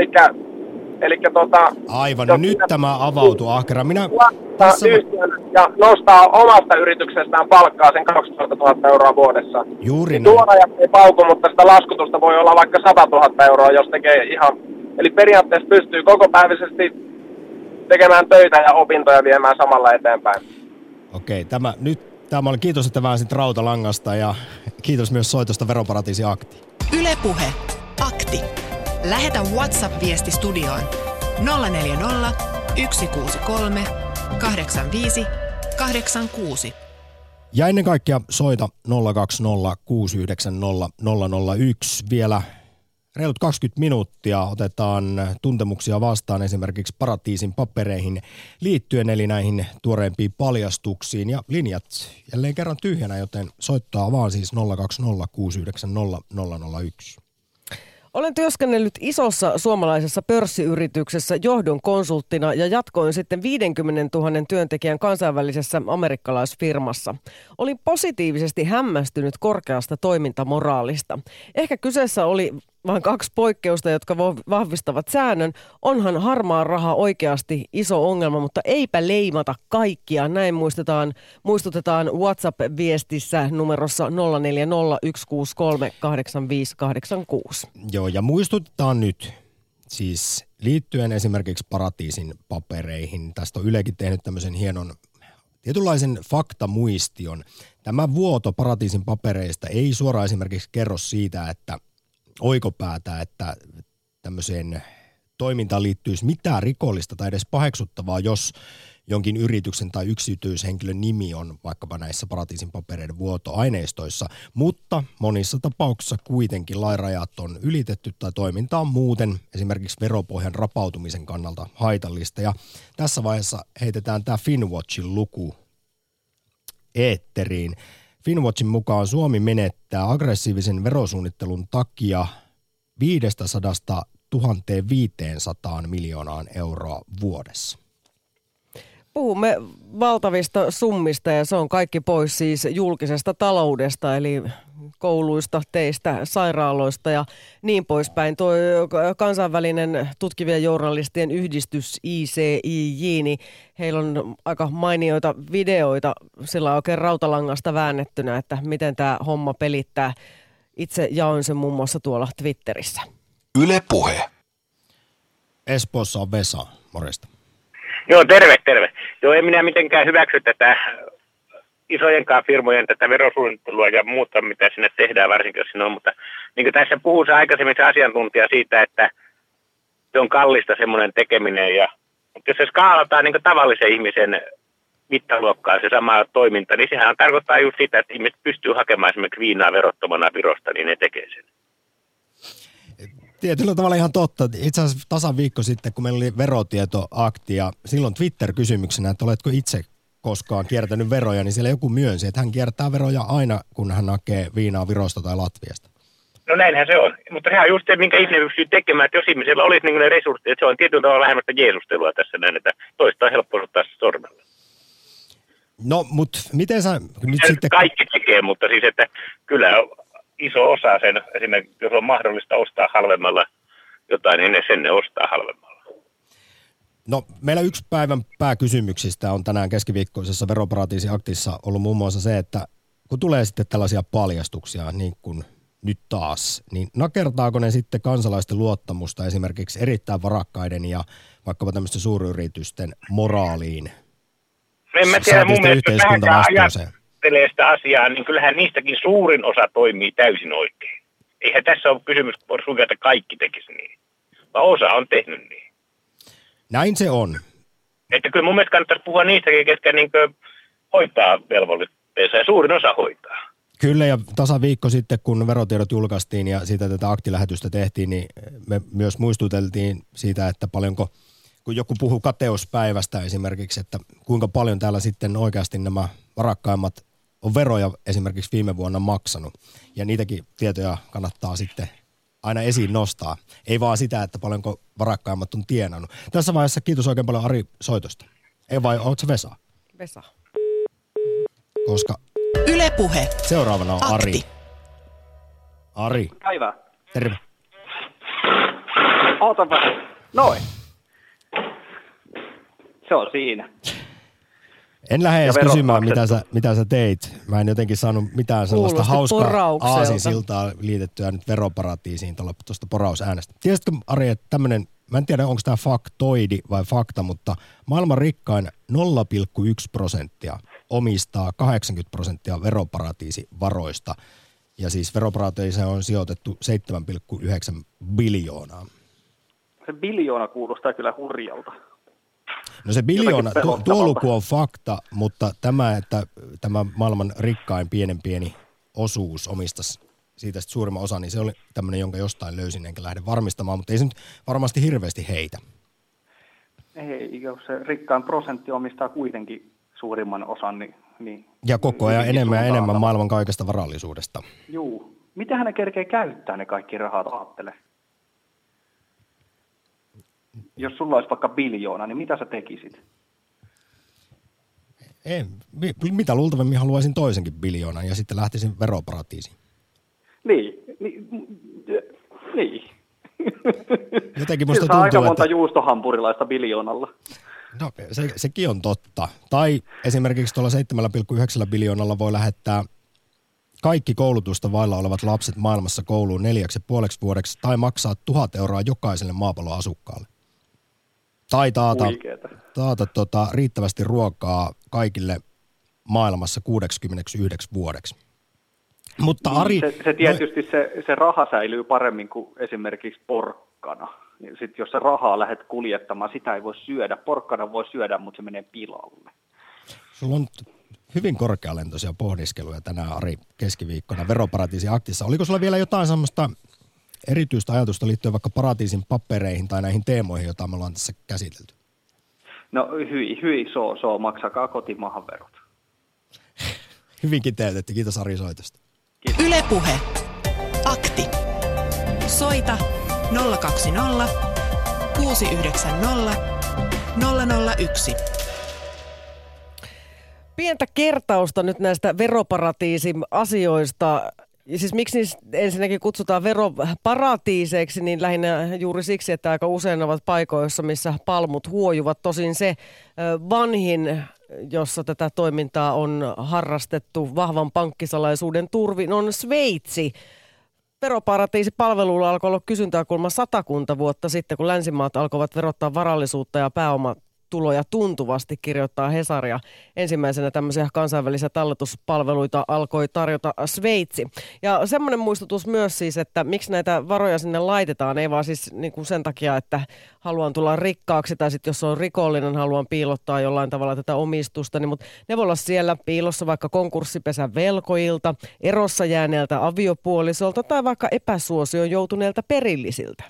Aivan, no nyt tämä avautuu ahkera. Yhtiön ja nostaa omasta yrityksestään palkkaa sen 12 000 euroa vuodessa. Juuri näin. Tulorajat ei pauku, mutta sitä laskutusta voi olla vaikka 100 000 euroa, jos tekee ihan... Eli periaatteessa pystyy kokopäiväisesti tekemään töitä ja opintoja viemään samalla eteenpäin. Okei, tämä oli kiitos, että väänsit rautalangasta ja Kiitos myös soitosta Veroparatiisi Akti. Yle Puhe. Akti. Lähetä WhatsApp-viesti studioon 040 163 85 86. Ja ennen kaikkea soita 020 690 001. Vielä reilut 20 minuuttia otetaan tuntemuksia vastaan esimerkiksi Paratiisin papereihin liittyen, eli näihin tuoreimpiin paljastuksiin. Ja linjat jälleen kerran tyhjänä, joten soittaa vaan siis 020 690 001. Olen työskennellyt isossa suomalaisessa pörssiyrityksessä johdon konsulttina ja jatkoin sitten 50 000 työntekijän kansainvälisessä amerikkalaisfirmassa. Olin positiivisesti hämmästynyt korkeasta toimintamoraalista. Ehkä kyseessä oli vain 2 poikkeusta, jotka vahvistavat säännön. Onhan harmaa raha oikeasti iso ongelma, mutta eipä leimata kaikkia. Näin muistutetaan WhatsApp-viestissä numerossa 0401638586. Joo, ja muistutetaan nyt siis liittyen esimerkiksi Paratiisin papereihin. Tästä on Ylekin tehnyt tämmöisen hienon tietynlaisen faktamuistion. Tämä vuoto Paratiisin papereista ei suoraan esimerkiksi kerro siitä, että oikopäätä, että tämmöiseen toimintaan liittyisi mitään rikollista tai edes paheksuttavaa, jos jonkin yrityksen tai yksityishenkilön nimi on vaikkapa näissä Paratiisin papereiden vuotoaineistoissa, mutta monissa tapauksissa kuitenkin lainrajat on ylitetty tai toiminta on muuten esimerkiksi veropohjan rapautumisen kannalta haitallista. Ja tässä vaiheessa heitetään tämä Finwatchin luku eetteriin. Finwatchin mukaan Suomi menettää aggressiivisen verosuunnittelun takia 500 1500 miljoonaan euroa vuodessa. Puhumme valtavista summista ja se on kaikki pois siis julkisesta taloudesta, eli kouluista, teistä, sairaaloista ja niin poispäin. Tuo kansainvälinen tutkivien journalistien yhdistys ICIJ, niin heillä on aika mainioita videoita, sillä on oikein rautalangasta väännettynä, että miten tämä homma pelittää. Itse jaoin sen muun muassa tuolla Twitterissä. Yle Puhe. Espoossa on Vesa, morjesta. Joo, terve. Joo, en minä mitenkään hyväksy tätä isojenkaan firmojen tätä verosuunnittelua ja muuta, mitä sinne tehdään, varsinkin jos siinä on. Mutta niin kuin tässä puhuu se aikaisemmin se asiantuntija siitä, että se on kallista semmoinen tekeminen. Mutta jos se skaalataan niin kuin tavallisen ihmisen mittaluokkaan se sama toiminta, niin sehän tarkoittaa just sitä, että ihmiset pystyy hakemaan esimerkiksi viinaa verottomana Virosta, niin ne tekee sen. Tietyllä tavalla ihan totta. Itse asiassa tasan viikko sitten, kun meillä oli verotietoakti ja silloin Twitter-kysymyksenä, että oletko itse koskaan kiertänyt veroja, niin siellä joku myönsi, että hän kiertää veroja aina, kun hän hakee viinaa Virosta tai Latviasta. No näinhän se on. Mutta sehän on just se, minkä ihminen pystyy tekemään, että jos ihmisellä olisi niin ne resurssit, että se on tietyllä tavalla vähemmästä jeesustelua tässä näin, että toista on helppo ottaa sormella. No, mutta miten sä nyt sitten... Kaikki tekee, mutta siis, että kyllä iso osa sen, esimerkiksi jos on mahdollista ostaa halvemmalla jotain, niin sen ne ostaa halvemmalla. No, meillä yksi päivän pääkysymyksistä on tänään keskiviikkoisessa Veroparatiisi-aktissa ollut muun muassa se, että kun tulee sitten tällaisia paljastuksia, niin kuin nyt taas, niin nakertaako ne sitten kansalaisten luottamusta esimerkiksi erittäin varakkaiden ja vaikkapa tämmöisten suuryritysten moraaliin? En mä tiedä, mun mielestä ajattelee sitä asiaa, niin kyllähän niistäkin suurin osa toimii täysin oikein. Eihän tässä ole kysymys, että kaikki tekisi niin, vaan osa on tehnyt niin. Näin se on. Että kyllä mun mielestä kannattaisi puhua niistäkin, ketkä niin hoitaa velvoitteensa ja suurin osa hoitaa. Kyllä, ja tasan viikko sitten, kun verotiedot julkaistiin ja siitä tätä aktilähetystä tehtiin, niin me myös muistuteltiin siitä, että paljonko, kun joku puhuu kateuspäivästä esimerkiksi, että kuinka paljon täällä sitten oikeasti nämä varakkaimmat on veroja esimerkiksi viime vuonna maksanut. Ja niitäkin tietoja kannattaa sitten aina esiin nostaa. Ei vaan sitä, että paljonko varakkaimmat on tienannut. Tässä vaiheessa kiitos oikein paljon Ari soitosta. Ei vai, ootko se Vesa? Vesa. Koska Yle Puhe. Seuraavana on Ari. Akti. Ari. Päivää. Terve. Ootapa. Noin. Se on siinä. En lähde edes kysymään, mitä sä teit. Mä en jotenkin saanut mitään sellaista hauskaa aasinsiltaa liitettyä nyt veroparatiisiin tuosta porausäänestä. Tiesitkö, Ari, että tämmöinen, mä en tiedä onko tämä faktoidi vai fakta, mutta maailman rikkain 0,1% omistaa 80% veroparatiisivaroista. Ja siis veroparatiiseen on sijoitettu 7,9 biljoonaa. Se biljoona kuulostaa kyllä hurjalta. No se biljoona, tuo luku on fakta, mutta että tämä maailman rikkain pieni osuus omistaisi siitä suurimman osa, niin se oli tämmöinen, jonka jostain löysin enkä lähde varmistamaan, mutta ei se nyt varmasti hirveästi heitä. Ei, jos se rikkain prosentti omistaa kuitenkin suurimman osan, niin ja koko ajan enemmän ja enemmän maailman kaikesta varallisuudesta. Juu. Mitähän ne kerkee käyttää ne kaikki rahat, aattele? Jos sulla olisi vaikka biljoona, niin mitä sä tekisit? Mitä luultavimmin haluaisin toisenkin biljoonan ja sitten lähtisin veroparatiisiin. Niin. Jotenkin musta tuntuu, aika monta juustohampurilaista biljoonalla. No sekin on totta. Tai esimerkiksi tuolla 7,9 biljoonalla voi lähettää kaikki koulutusta vailla olevat lapset maailmassa kouluun 4,5 vuodeksi tai maksaa 1 000 euroa jokaiselle maapallon asukkaalle. Tai taata riittävästi ruokaa kaikille maailmassa 69 vuodeksi. Mutta Ari... Se tietysti se raha säilyy paremmin kuin esimerkiksi porkkana. Sitten jos se rahaa lähdet kuljettamaan, sitä ei voi syödä. Porkkana voi syödä, mutta se menee pilalle. Sulla on hyvin korkealentoisia pohdiskeluja tänään, Ari, keskiviikkona veroparatiisin aktissa. Oliko sulla vielä jotain semmoista erityistä ajatusta liittyen vaikka paratiisin papereihin tai näihin teemoihin, joita me ollaan tässä käsitelty? No hyi, maksakaa kotimaahan verot. Hyvin kiteytetty. Kiitos Ari soitosta. Kiitos. Yle Puhe. Akti. Soita 020 690 001. Pientä kertausta nyt näistä veroparatiisin asioista. Siis miksi ensinnäkin kutsutaan veroparatiiseiksi, niin lähinnä juuri siksi, että aika usein ovat paikoissa, missä palmut huojuvat. Tosin se vanhin, jossa tätä toimintaa on harrastettu vahvan pankkisalaisuuden turvin, on Sveitsi. Veroparatiisipalveluilla alkoi olla kysyntää kuulemma 100 vuotta sitten, kun länsimaat alkoivat verottaa varallisuutta ja pääomatuloja tuntuvasti, kirjoittaa Hesaria. Ensimmäisenä tämmöisiä kansainvälisiä talletuspalveluita alkoi tarjota Sveitsi. Ja semmoinen muistutus myös siis, että miksi näitä varoja sinne laitetaan, ei vaan siis niin kuin sen takia, että haluan tulla rikkaaksi tai sitten jos on rikollinen, haluan piilottaa jollain tavalla tätä omistusta, niin, mutta ne voi olla siellä piilossa vaikka konkurssipesän velkojilta, erossa jääneeltä aviopuolisolta tai vaikka epäsuosioon joutuneelta perillisiltä.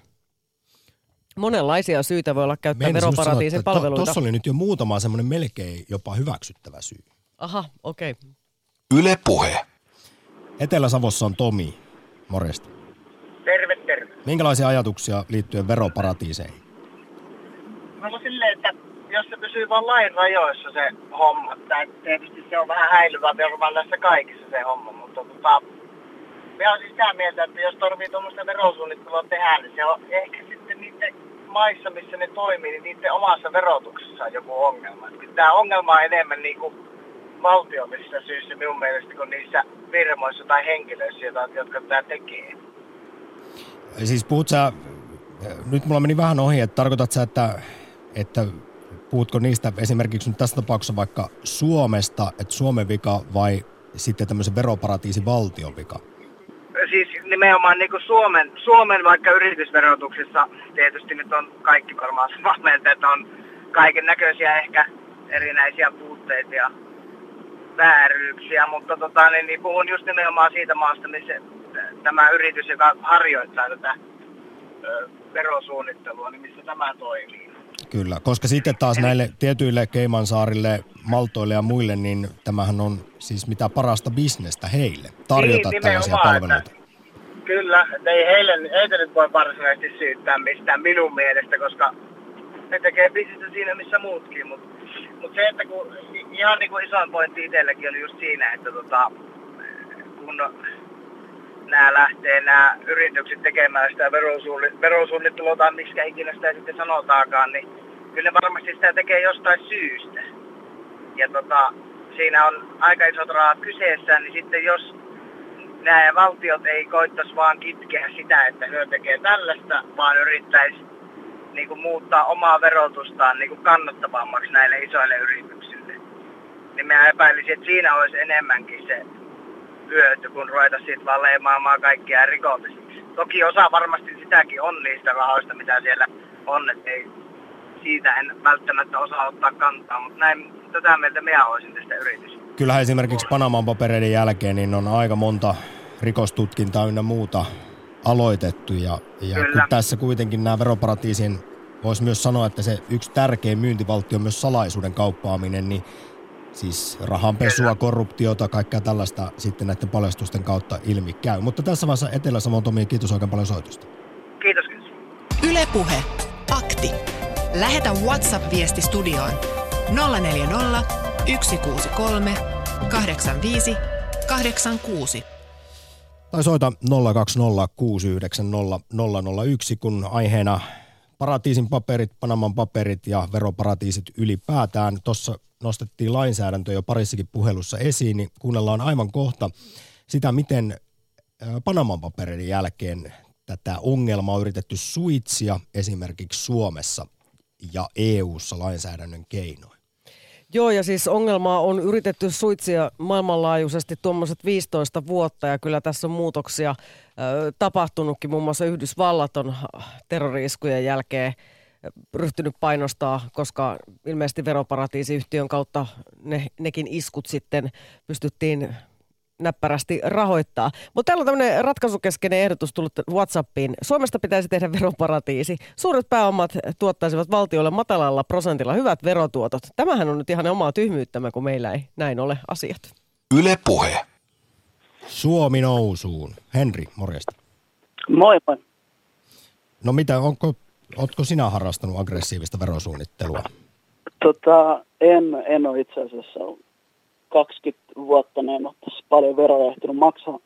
Monenlaisia syitä voi olla käyttää veroparatiisin palveluita. Tuossa oli nyt jo muutama semmoinen melkein jopa hyväksyttävä syy. Aha, okei. Yle Puhe. Etelä-Savossa on Tomi. Morjesta. Terve. Minkälaisia ajatuksia liittyen veroparatiiseihin? No silleen, että jos se pysyy vaan lain rajoissa se homma, tietysti se on vähän häilyvä varmaan näissä kaikissa se homma, mutta minä olen siis sitä mieltä, että jos tarvitsee tuommoista verosuunnittelua tehdä, niin se on ehkä sitten niiden maissa, missä ne toimii, niin niiden omassa verotuksessa on joku ongelma. Tämä ongelma on enemmän niin kuin valtiollisissa syissä minun mielestä kuin niissä firmoissa tai henkilöissä, jotka tämä tekee. Siis puhut sä, nyt mulla meni vähän ohi, että tarkoitat sä, että puhutko niistä esimerkiksi nyt tässä tapauksessa vaikka Suomesta, että Suomen vika vai sitten tämmöisen veroparatiisin valtion vika? Siis nimenomaan niin kuin Suomen vaikka yritysverotuksessa tietysti nyt on kaikki varmaan samaa mieltä, että on kaiken näköisiä ehkä erinäisiä puutteita ja vääryyksiä, mutta niin puhun just nimenomaan siitä maasta, missä tämä yritys, joka harjoittaa tätä verosuunnittelua, niin missä tämä toimii. Kyllä, koska sitten taas näille tietyille Caymansaarille, Maltoille ja muille, niin tämähän on siis mitä parasta bisnestä heille, tarjota tällaisia palveluita. Kyllä, että ei heitä nyt voi varsinaisesti syyttää mistään minun mielestä, koska ne tekee bisnestä siinä missä muutkin, mutta se, että kun ihan niin kuin isoin pointti itselläkin oli just siinä, että kun nämä yritykset tekemään sitä verosuunnittelua tai miksi ikinä sitä sitten sanotaankaan, niin kyllä ne varmasti sitä tekee jostain syystä. Ja siinä on aika isot rahat kyseessä, niin sitten jos nämä valtiot ei koittaisi vaan kitkeä sitä, että he tekee tällaista, vaan yrittäisi niin kuin muuttaa omaa verotustaan niin kuin kannattavammaksi näille isoille yrityksille. Niin mä epäilisin, että siinä olisi enemmänkin se hyöty, kun ruveta siitä vaan leimaamaan kaikkia rikollisiksi. Toki osa varmasti sitäkin on niistä rahoista, mitä siellä on, että ei, siitä en välttämättä osaa ottaa kantaa, mutta näin tätä mieltä minä olisin tästä yritys. Kyllähän esimerkiksi Panaman papereiden jälkeen niin on aika monta rikostutkintaa ynnä muuta aloitettu ja kun tässä kuitenkin nämä veroparatiisien, voisi myös sanoa, että se yksi tärkein myyntivaltti on myös salaisuuden kauppaaminen, niin siis rahanpesua, korruptiota, kaikkea tällaista sitten näiden paljastusten kautta ilmi käy. Mutta tässä vaiheessa Etelä-Savon Tomi, kiitos oikein paljon soitosta. Kiitos. Yle Puhe. Akti. Lähetä WhatsApp-viesti studioon 040 163 85 86. Tai soita 020 690 001, kun aiheena paratiisin paperit, Panaman paperit ja veroparatiisit ylipäätään. Tuossa nostettiin lainsäädäntö jo parissakin puhelussa esiin, niin kuunnellaan aivan kohta sitä, miten Panaman papereiden jälkeen tätä ongelmaa on yritetty suitsia esimerkiksi Suomessa ja EU:ssa lainsäädännön keinoin. Joo, ja siis ongelmaa on yritetty suitsia maailmanlaajuisesti tuommoiset 15 vuotta, ja kyllä tässä on muutoksia tapahtunutkin. Muun muassa Yhdysvallat on terrori-iskujen jälkeen ryhtynyt painostaa, koska ilmeisesti veroparatiisiyhtiön kautta nekin iskut sitten pystyttiin näppärästi rahoittaa. Mutta täällä on tämmöinen ratkaisukeskeinen ehdotus tullut WhatsAppiin. Suomesta pitäisi tehdä veroparatiisi. Suuret pääomat tuottaisivat valtiolle matalalla prosentilla hyvät verotuotot. Tämähän on nyt ihan omaa tyhmyyttämme, kun meillä ei näin ole asiat. Yle Puhe. Suomi nousuun. Henri, morjesta. Moi moi. No mitä, ootko sinä harrastanut aggressiivista verosuunnittelua? En ole itse asiassa 20 vuotta, niin en ole tässä paljon veroja ehtinyt maksaa.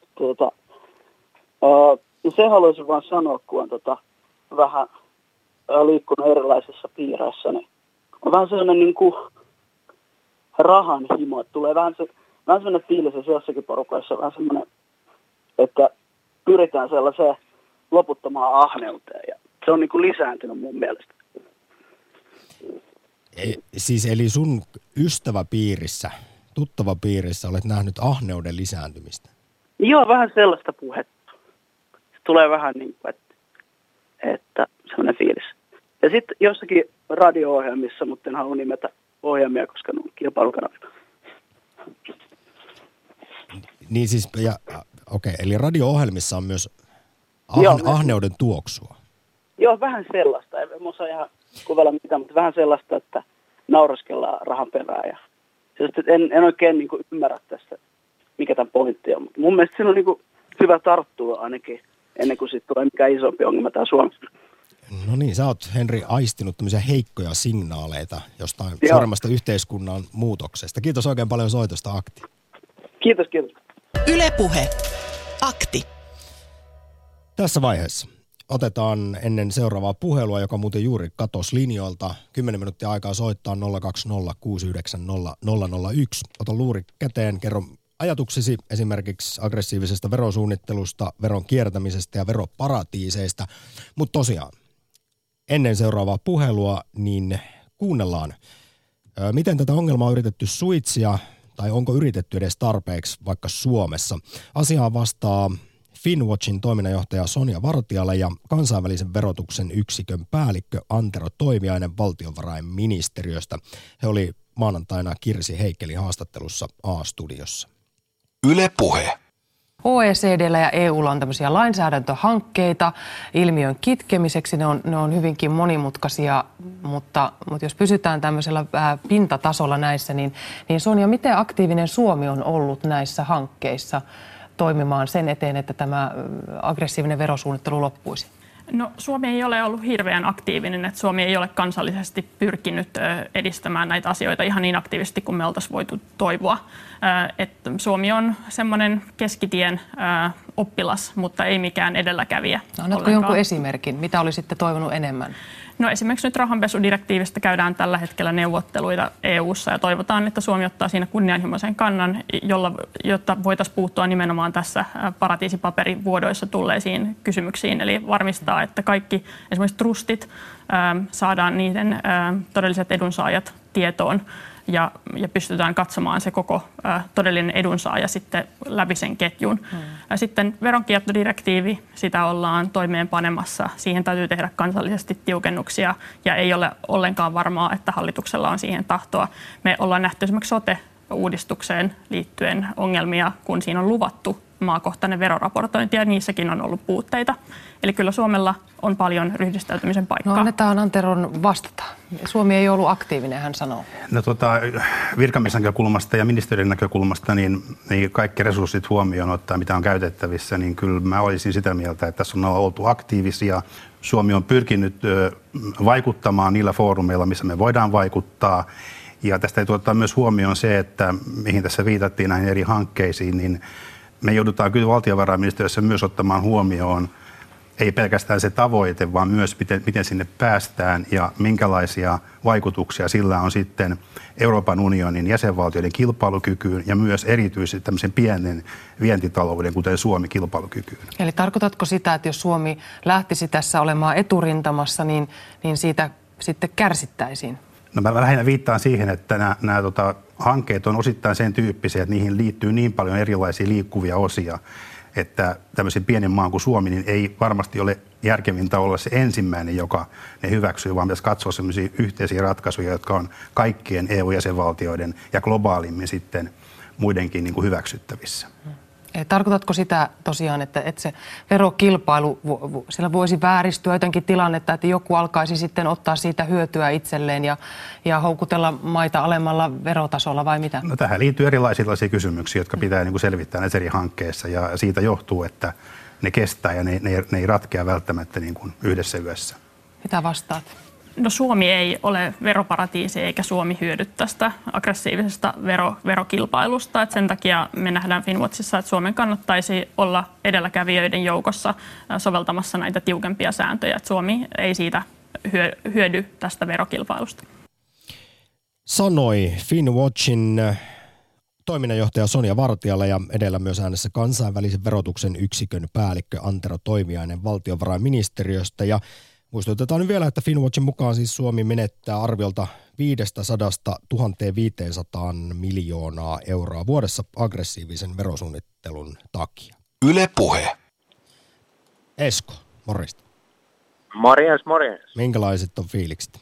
Se haluaisin vaan sanoa, kun on vähän liikkunut erilaisissa piireissä, niin on vähän sellainen niin kuin rahan himo, että tulee vähän sellainen fiilis, että jossakin porukoissa on vähän sellainen, että pyritään sellaiseen loputtomaan ahneuteen, ja se on niin kuin lisääntynyt mun mielestä. Eli sun ystäväpiirissä, tuttava piirissä olet nähnyt ahneuden lisääntymistä? Joo, vähän sellaista puhetta. Se tulee vähän niin kuin, että sellainen fiilis. Ja sitten jossakin radio-ohjelmissa, mutta en halua nimetä ohjelmia, koska ne on kilpailukanavilla. Niin siis, eli radio-ohjelmissa on myös ahneuden tuoksua. Joo, vähän sellaista. En osaa ihan kuvella mitään, mutta vähän sellaista, että nauraskellaan rahan perään. Ja en oikein niin kuin ymmärrä tässä, mikä tämän pointti on. Mutta mun mielestä siinä on niin kuin hyvä tarttua ainakin, ennen kuin sitten tulee mikään isompi ongelma täällä Suomessa. No niin, sä oot, Henri, aistinut tämmöisiä heikkoja signaaleita jostain suuremmasta yhteiskunnan muutoksesta. Kiitos oikein paljon soitosta, Akti. Kiitos. Yle Puhe. Akti. Tässä vaiheessa otetaan ennen seuraavaa puhelua, joka muuten juuri katosi linjoilta. 10 minuuttia aikaa soittaa 020 690 001. Ota luuri käteen, kerro ajatuksisi esimerkiksi aggressiivisesta verosuunnittelusta, veron kiertämisestä ja veroparatiiseista. Mutta tosiaan, ennen seuraavaa puhelua, niin kuunnellaan, miten tätä ongelmaa on yritetty suitsia, tai onko yritetty edes tarpeeksi vaikka Suomessa. Asiaan vastaa Finwatchin toiminnanjohtaja Sonja Vartiala ja kansainvälisen verotuksen yksikön päällikkö Antero Toiviainen valtiovarainministeriöstä. He oli maanantaina Kirsi Heikkelin haastattelussa A-studiossa. Yle Puhe. OECD:llä ja EU:lla on tämmöisiä lainsäädäntöhankkeita ilmiön kitkemiseksi. Ne on hyvinkin monimutkaisia, mutta jos pysytään tämmöisellä pintatasolla näissä, niin Sonja, miten aktiivinen Suomi on ollut näissä hankkeissa toimimaan sen eteen, että tämä aggressiivinen verosuunnittelu loppuisi? No, Suomi ei ole ollut hirveän aktiivinen, että Suomi ei ole kansallisesti pyrkinyt edistämään näitä asioita ihan niin aktiivisesti kuin me oltaisiin voitu toivoa. Että Suomi on semmoinen keskitien oppilas, mutta ei mikään edelläkävijä. Annatko jonkun esimerkin? Mitä olisitte toivonut enemmän? No esimerkiksi nyt rahanpesudirektiivistä käydään tällä hetkellä neuvotteluita EU:ssa ja toivotaan, että Suomi ottaa siinä kunnianhimoisen kannan, jotta voitaisiin puuttua nimenomaan tässä paratiisipaperivuodoissa tulleisiin kysymyksiin. Eli varmistaa, että kaikki esimerkiksi trustit saadaan niiden todelliset edunsaajat tietoon ja pystytään katsomaan se koko todellinen edunsaaja sitten läpi sen ketjun. Sitten veronkiertodirektiivi, sitä ollaan toimeenpanemassa. Siihen täytyy tehdä kansallisesti tiukennuksia ja ei ole ollenkaan varmaa, että hallituksella on siihen tahtoa. Me ollaan nähty esimerkiksi sote-uudistukseen liittyen ongelmia, kun siinä on luvattu maakohtainen veroraportointi ja niissäkin on ollut puutteita. Eli kyllä Suomella on paljon ryhdistäytymisen paikkaa. No annetaan Anteron vastata. Suomi ei ollut aktiivinen, hän sanoo. No virkamiesten näkökulmasta ja ministeriön näkökulmasta, niin kaikki resurssit huomioon ottaa, mitä on käytettävissä, niin kyllä mä olisin sitä mieltä, että tässä on oltu aktiivisia. Suomi on pyrkinyt vaikuttamaan niillä foorumeilla, missä me voidaan vaikuttaa. Ja tästä ei ottaa myös huomioon se, että mihin tässä viitattiin näihin eri hankkeisiin, niin me joudutaan kyllä valtiovarainministeriössä myös ottamaan huomioon ei pelkästään se tavoite, vaan myös miten sinne päästään ja minkälaisia vaikutuksia sillä on sitten Euroopan unionin jäsenvaltioiden kilpailukykyyn ja myös erityisesti tämmöisen pienen vientitalouden, kuten Suomi, kilpailukykyyn. Eli tarkoitatko sitä, että jos Suomi lähtisi tässä olemaan eturintamassa, niin siitä sitten kärsittäisiin? No mä lähinnä viittaan siihen, että nämä hankkeet on osittain sen tyyppisiä, että niihin liittyy niin paljon erilaisia liikkuvia osia, että tämmöisen pienen maan kuin Suomi niin ei varmasti ole järkevintä olla se ensimmäinen, joka ne hyväksyy, vaan pitäisi katsoa sellaisia yhteisiä ratkaisuja, jotka on kaikkien EU-jäsenvaltioiden ja globaalimmin sitten muidenkin niin kuin hyväksyttävissä. Tarkoitatko sitä tosiaan, että se verokilpailu, siellä voisi vääristyä jotenkin tilannetta, että joku alkaisi sitten ottaa siitä hyötyä itselleen ja houkutella maita alemmalla verotasolla vai mitä? No tähän liittyy erilaisia kysymyksiä, jotka pitää niin kuin selvittää näissä eri hankkeissa ja siitä johtuu, että ne kestää ja ne ei ratkea välttämättä niin kuin yhdessä yössä. Mitä vastaat? No Suomi ei ole veroparatiisi eikä Suomi hyödy tästä aggressiivisesta verokilpailusta. Et sen takia me nähdään Finnwatchissa, että Suomen kannattaisi olla edelläkävijöiden joukossa soveltamassa näitä tiukempia sääntöjä. Et Suomi ei siitä hyödy tästä verokilpailusta. Sanoi Finnwatchin toiminnanjohtaja Sonja Vartiala ja edellä myös äänessä kansainvälisen verotuksen yksikön päällikkö Antero Toiviainen valtiovarainministeriöstä. Ja muistutetaan nyt vielä, että Finnwatchin mukaan siis Suomi menettää arviolta 500 000 500 miljoonaa euroa vuodessa aggressiivisen verosuunnittelun takia. Yle Puhe. Esko, morjesta. Morjens. Minkälaiset on fiilikset?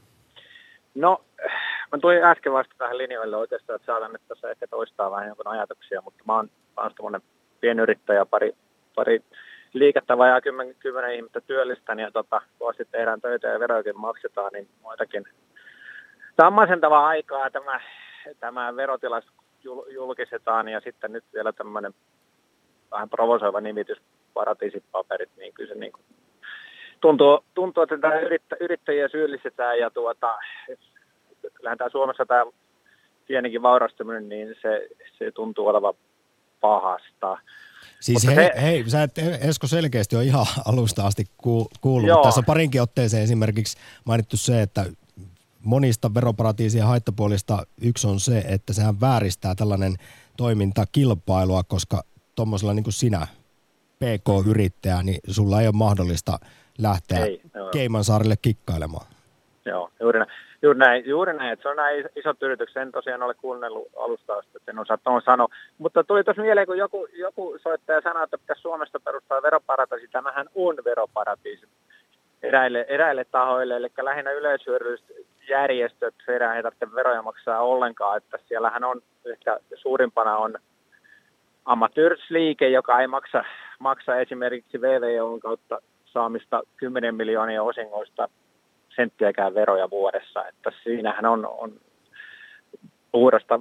No, mä tulin äsken vasta tähän linjoille oikeastaan, että saatan nyt tässä ehkä toistaa vähän jonkun ajatuksia, mutta mä oon semmoinen pienyrittäjä, pari liikettä vajaa 10 ihmistä työllistän ja vuosi tehdään töitä ja verojakin maksetaan, niin muitakin. Tämä on masentavaa aikaa, tämä verotilas julkistetaan ja sitten nyt vielä tämmöinen vähän provosoiva nimitys, paratiisipaperit, niin kyllä se niin kuin tuntuu, että tämä yrittäjiä syyllistetään ja kyllähän tämä Suomessa tämä pienikin vaurastuminen, niin se tuntuu olevan pahasta. Siis sä et Esko selkeästi ole ihan alusta asti kuullut, mutta tässä on parinkin otteeseen esimerkiksi mainittu se, että monista veroparatiisien haittapuolista yksi on se, että sehän vääristää tällainen toiminta kilpailua, koska tuommoisella niin kuin sinä, PK-yrittäjä, niin sulla ei ole mahdollista lähteä Caymansaarille kikkailemaan. Joo, juuri näin, että se on nämä isot yritykset, en tosiaan ole kuunnellut alusta asti, että en osaa tuon sanoa. Mutta tuli tuossa mieleen, kun joku soittaja sanoi, että pitäisi Suomesta perustaa veroparatiisi. Tämähän on veroparatiisi eräille tahoille, eli lähinnä yleishyödylliset järjestöt, heidän ei tarvitse veroja maksaa ollenkaan, että siellähän on ehkä suurimpana on ammattiyhdistysliike, joka ei maksa esimerkiksi VVO:n kautta saamista 10 miljoonia osingoista senttiäkään veroja vuodessa, että siinähän on puhdasta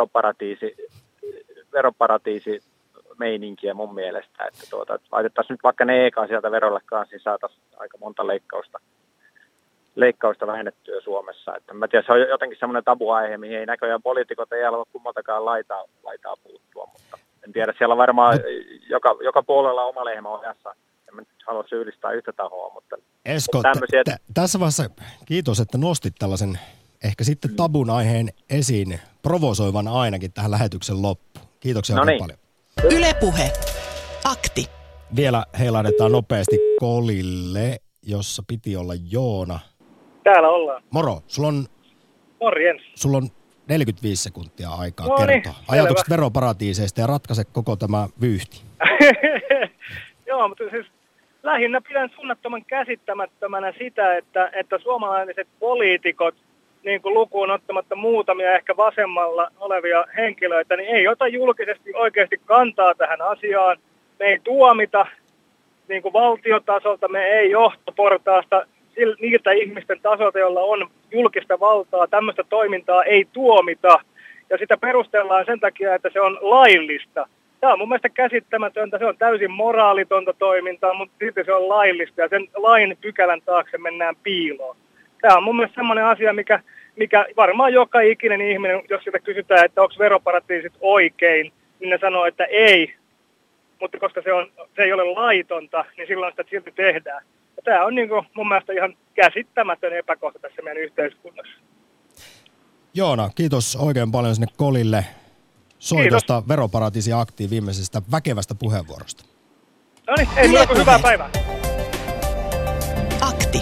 veroparatiisi meininkiä mun mielestä, että laitettaisiin nyt vaikka ne eka sieltä verollekaan, niin saataisiin aika monta leikkausta vähennettyä Suomessa. Että mä tiedän, se on jotenkin semmoinen tabuaihe, mihin ei näköjään poliitikot ei halua kummaltakaan laitaa puuttua, mutta en tiedä, siellä on varmaan joka puolella oma lehmä ohjassa. En nyt halua syyllistää yhtä tahoa, mutta Esko, tässä vaiheessa kiitos, että nostit tällaisen ehkä sitten tabun aiheen esiin, provosoivan ainakin tähän lähetyksen loppuun. Kiitoksia oikein paljon. Yle Puhe. Akti. Vielä heilahdetaan nopeasti Kolille, jossa piti olla Joona. Täällä ollaan. Moro, Morjens. Sulla on 45 sekuntia aikaa No niin, kertoa ajatukset veroparatiiseista ja ratkaise koko tämä vyyhti. Joo, mutta siis lähinnä pidän suunnattoman käsittämättömänä sitä, että suomalaiset poliitikot, niin kuin lukuun ottamatta muutamia ehkä vasemmalla olevia henkilöitä, niin ei ota julkisesti oikeasti kantaa tähän asiaan. Me ei tuomita niin kuin valtiotasolta, me ei johtoportaasta, niiltä ihmisten tasolta, joilla on julkista valtaa, tämmöistä toimintaa ei tuomita. Ja sitä perustellaan sen takia, että se on laillista. Tämä on mun mielestä käsittämätöntä, se on täysin moraalitonta toimintaa, mutta sitten se on laillista ja sen lain pykälän taakse mennään piiloon. Tämä on mun mielestä semmoinen asia, mikä varmaan joka ikinen ihminen, jos sitä kysytään, että onko veroparatiisit oikein, niin ne sanoo, että ei. Mutta koska se ei ole laitonta, niin silloin sitä silti tehdään. Ja tämä on niin kuin mun mielestä ihan käsittämätön epäkohta tässä meidän yhteiskunnassa. Joona, kiitos oikein paljon sinne Kolille soitosta Veroparatiisi Aktiin viimeisestä väkevästä puheenvuorosta. No niin, ei muuta kuin hyvää päivää. Akti.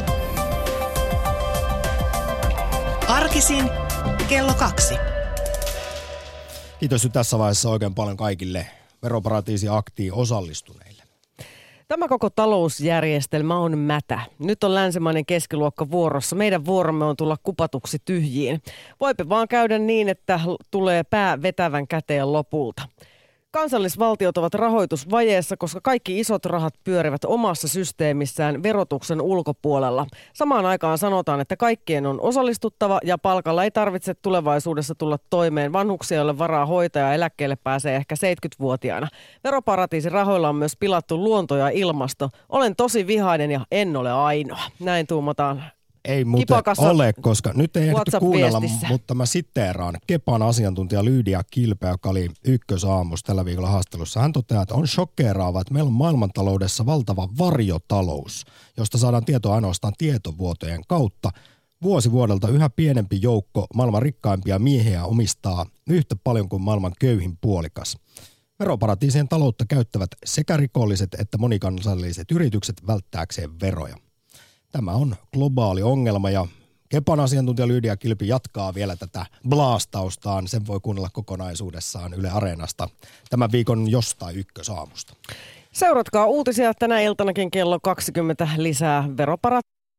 Arkisin kello 2. Kiitos nyt tässä vaiheessa oikein paljon kaikille Veroparatiisi Aktiin osallistuneille. Tämä koko talousjärjestelmä on mätä. Nyt on länsimainen keskiluokka vuorossa. Meidän vuoromme on tulla kupatuksi tyhjiin. Voipi vaan käydä niin, että tulee pää vetävän käteen lopulta. Kansallisvaltiot ovat rahoitusvajeessa, koska kaikki isot rahat pyörivät omassa systeemissään verotuksen ulkopuolella. Samaan aikaan sanotaan, että kaikkien on osallistuttava ja palkalla ei tarvitse tulevaisuudessa tulla toimeen. Vanhuksia ei ole varaa hoitaa ja eläkkeelle pääsee ehkä 70-vuotiaana. Veroparatiisin rahoilla on myös pilattu luonto ja ilmasto. Olen tosi vihainen ja en ole ainoa. Näin tuumataan. Ei muuten ole, koska nyt ei ehditty kuunnella, mutta mä siteeraan Kepan asiantuntija Lydia Kilpeä, joka oli Ykkösaamussa tällä viikolla haastattelussa. Hän toteaa, että on shokkeeraavaa, että meillä on maailmantaloudessa valtava varjotalous, josta saadaan tietoa ainoastaan tietovuotojen kautta. Vuosi vuodelta yhä pienempi joukko maailman rikkaimpia miehiä omistaa yhtä paljon kuin maailman köyhin puolikas. Veroparatiisien taloutta käyttävät sekä rikolliset että monikansalliset yritykset välttääkseen veroja. Tämä on globaali ongelma ja Kepan asiantuntija Lydia Kilpi jatkaa vielä tätä blaastaustaan. Sen voi kuunnella kokonaisuudessaan Yle Areenasta tämän viikon jostain Ykkösaamusta. Seuratkaa uutisia tänä iltanakin kello 20 lisää veroparatiisia.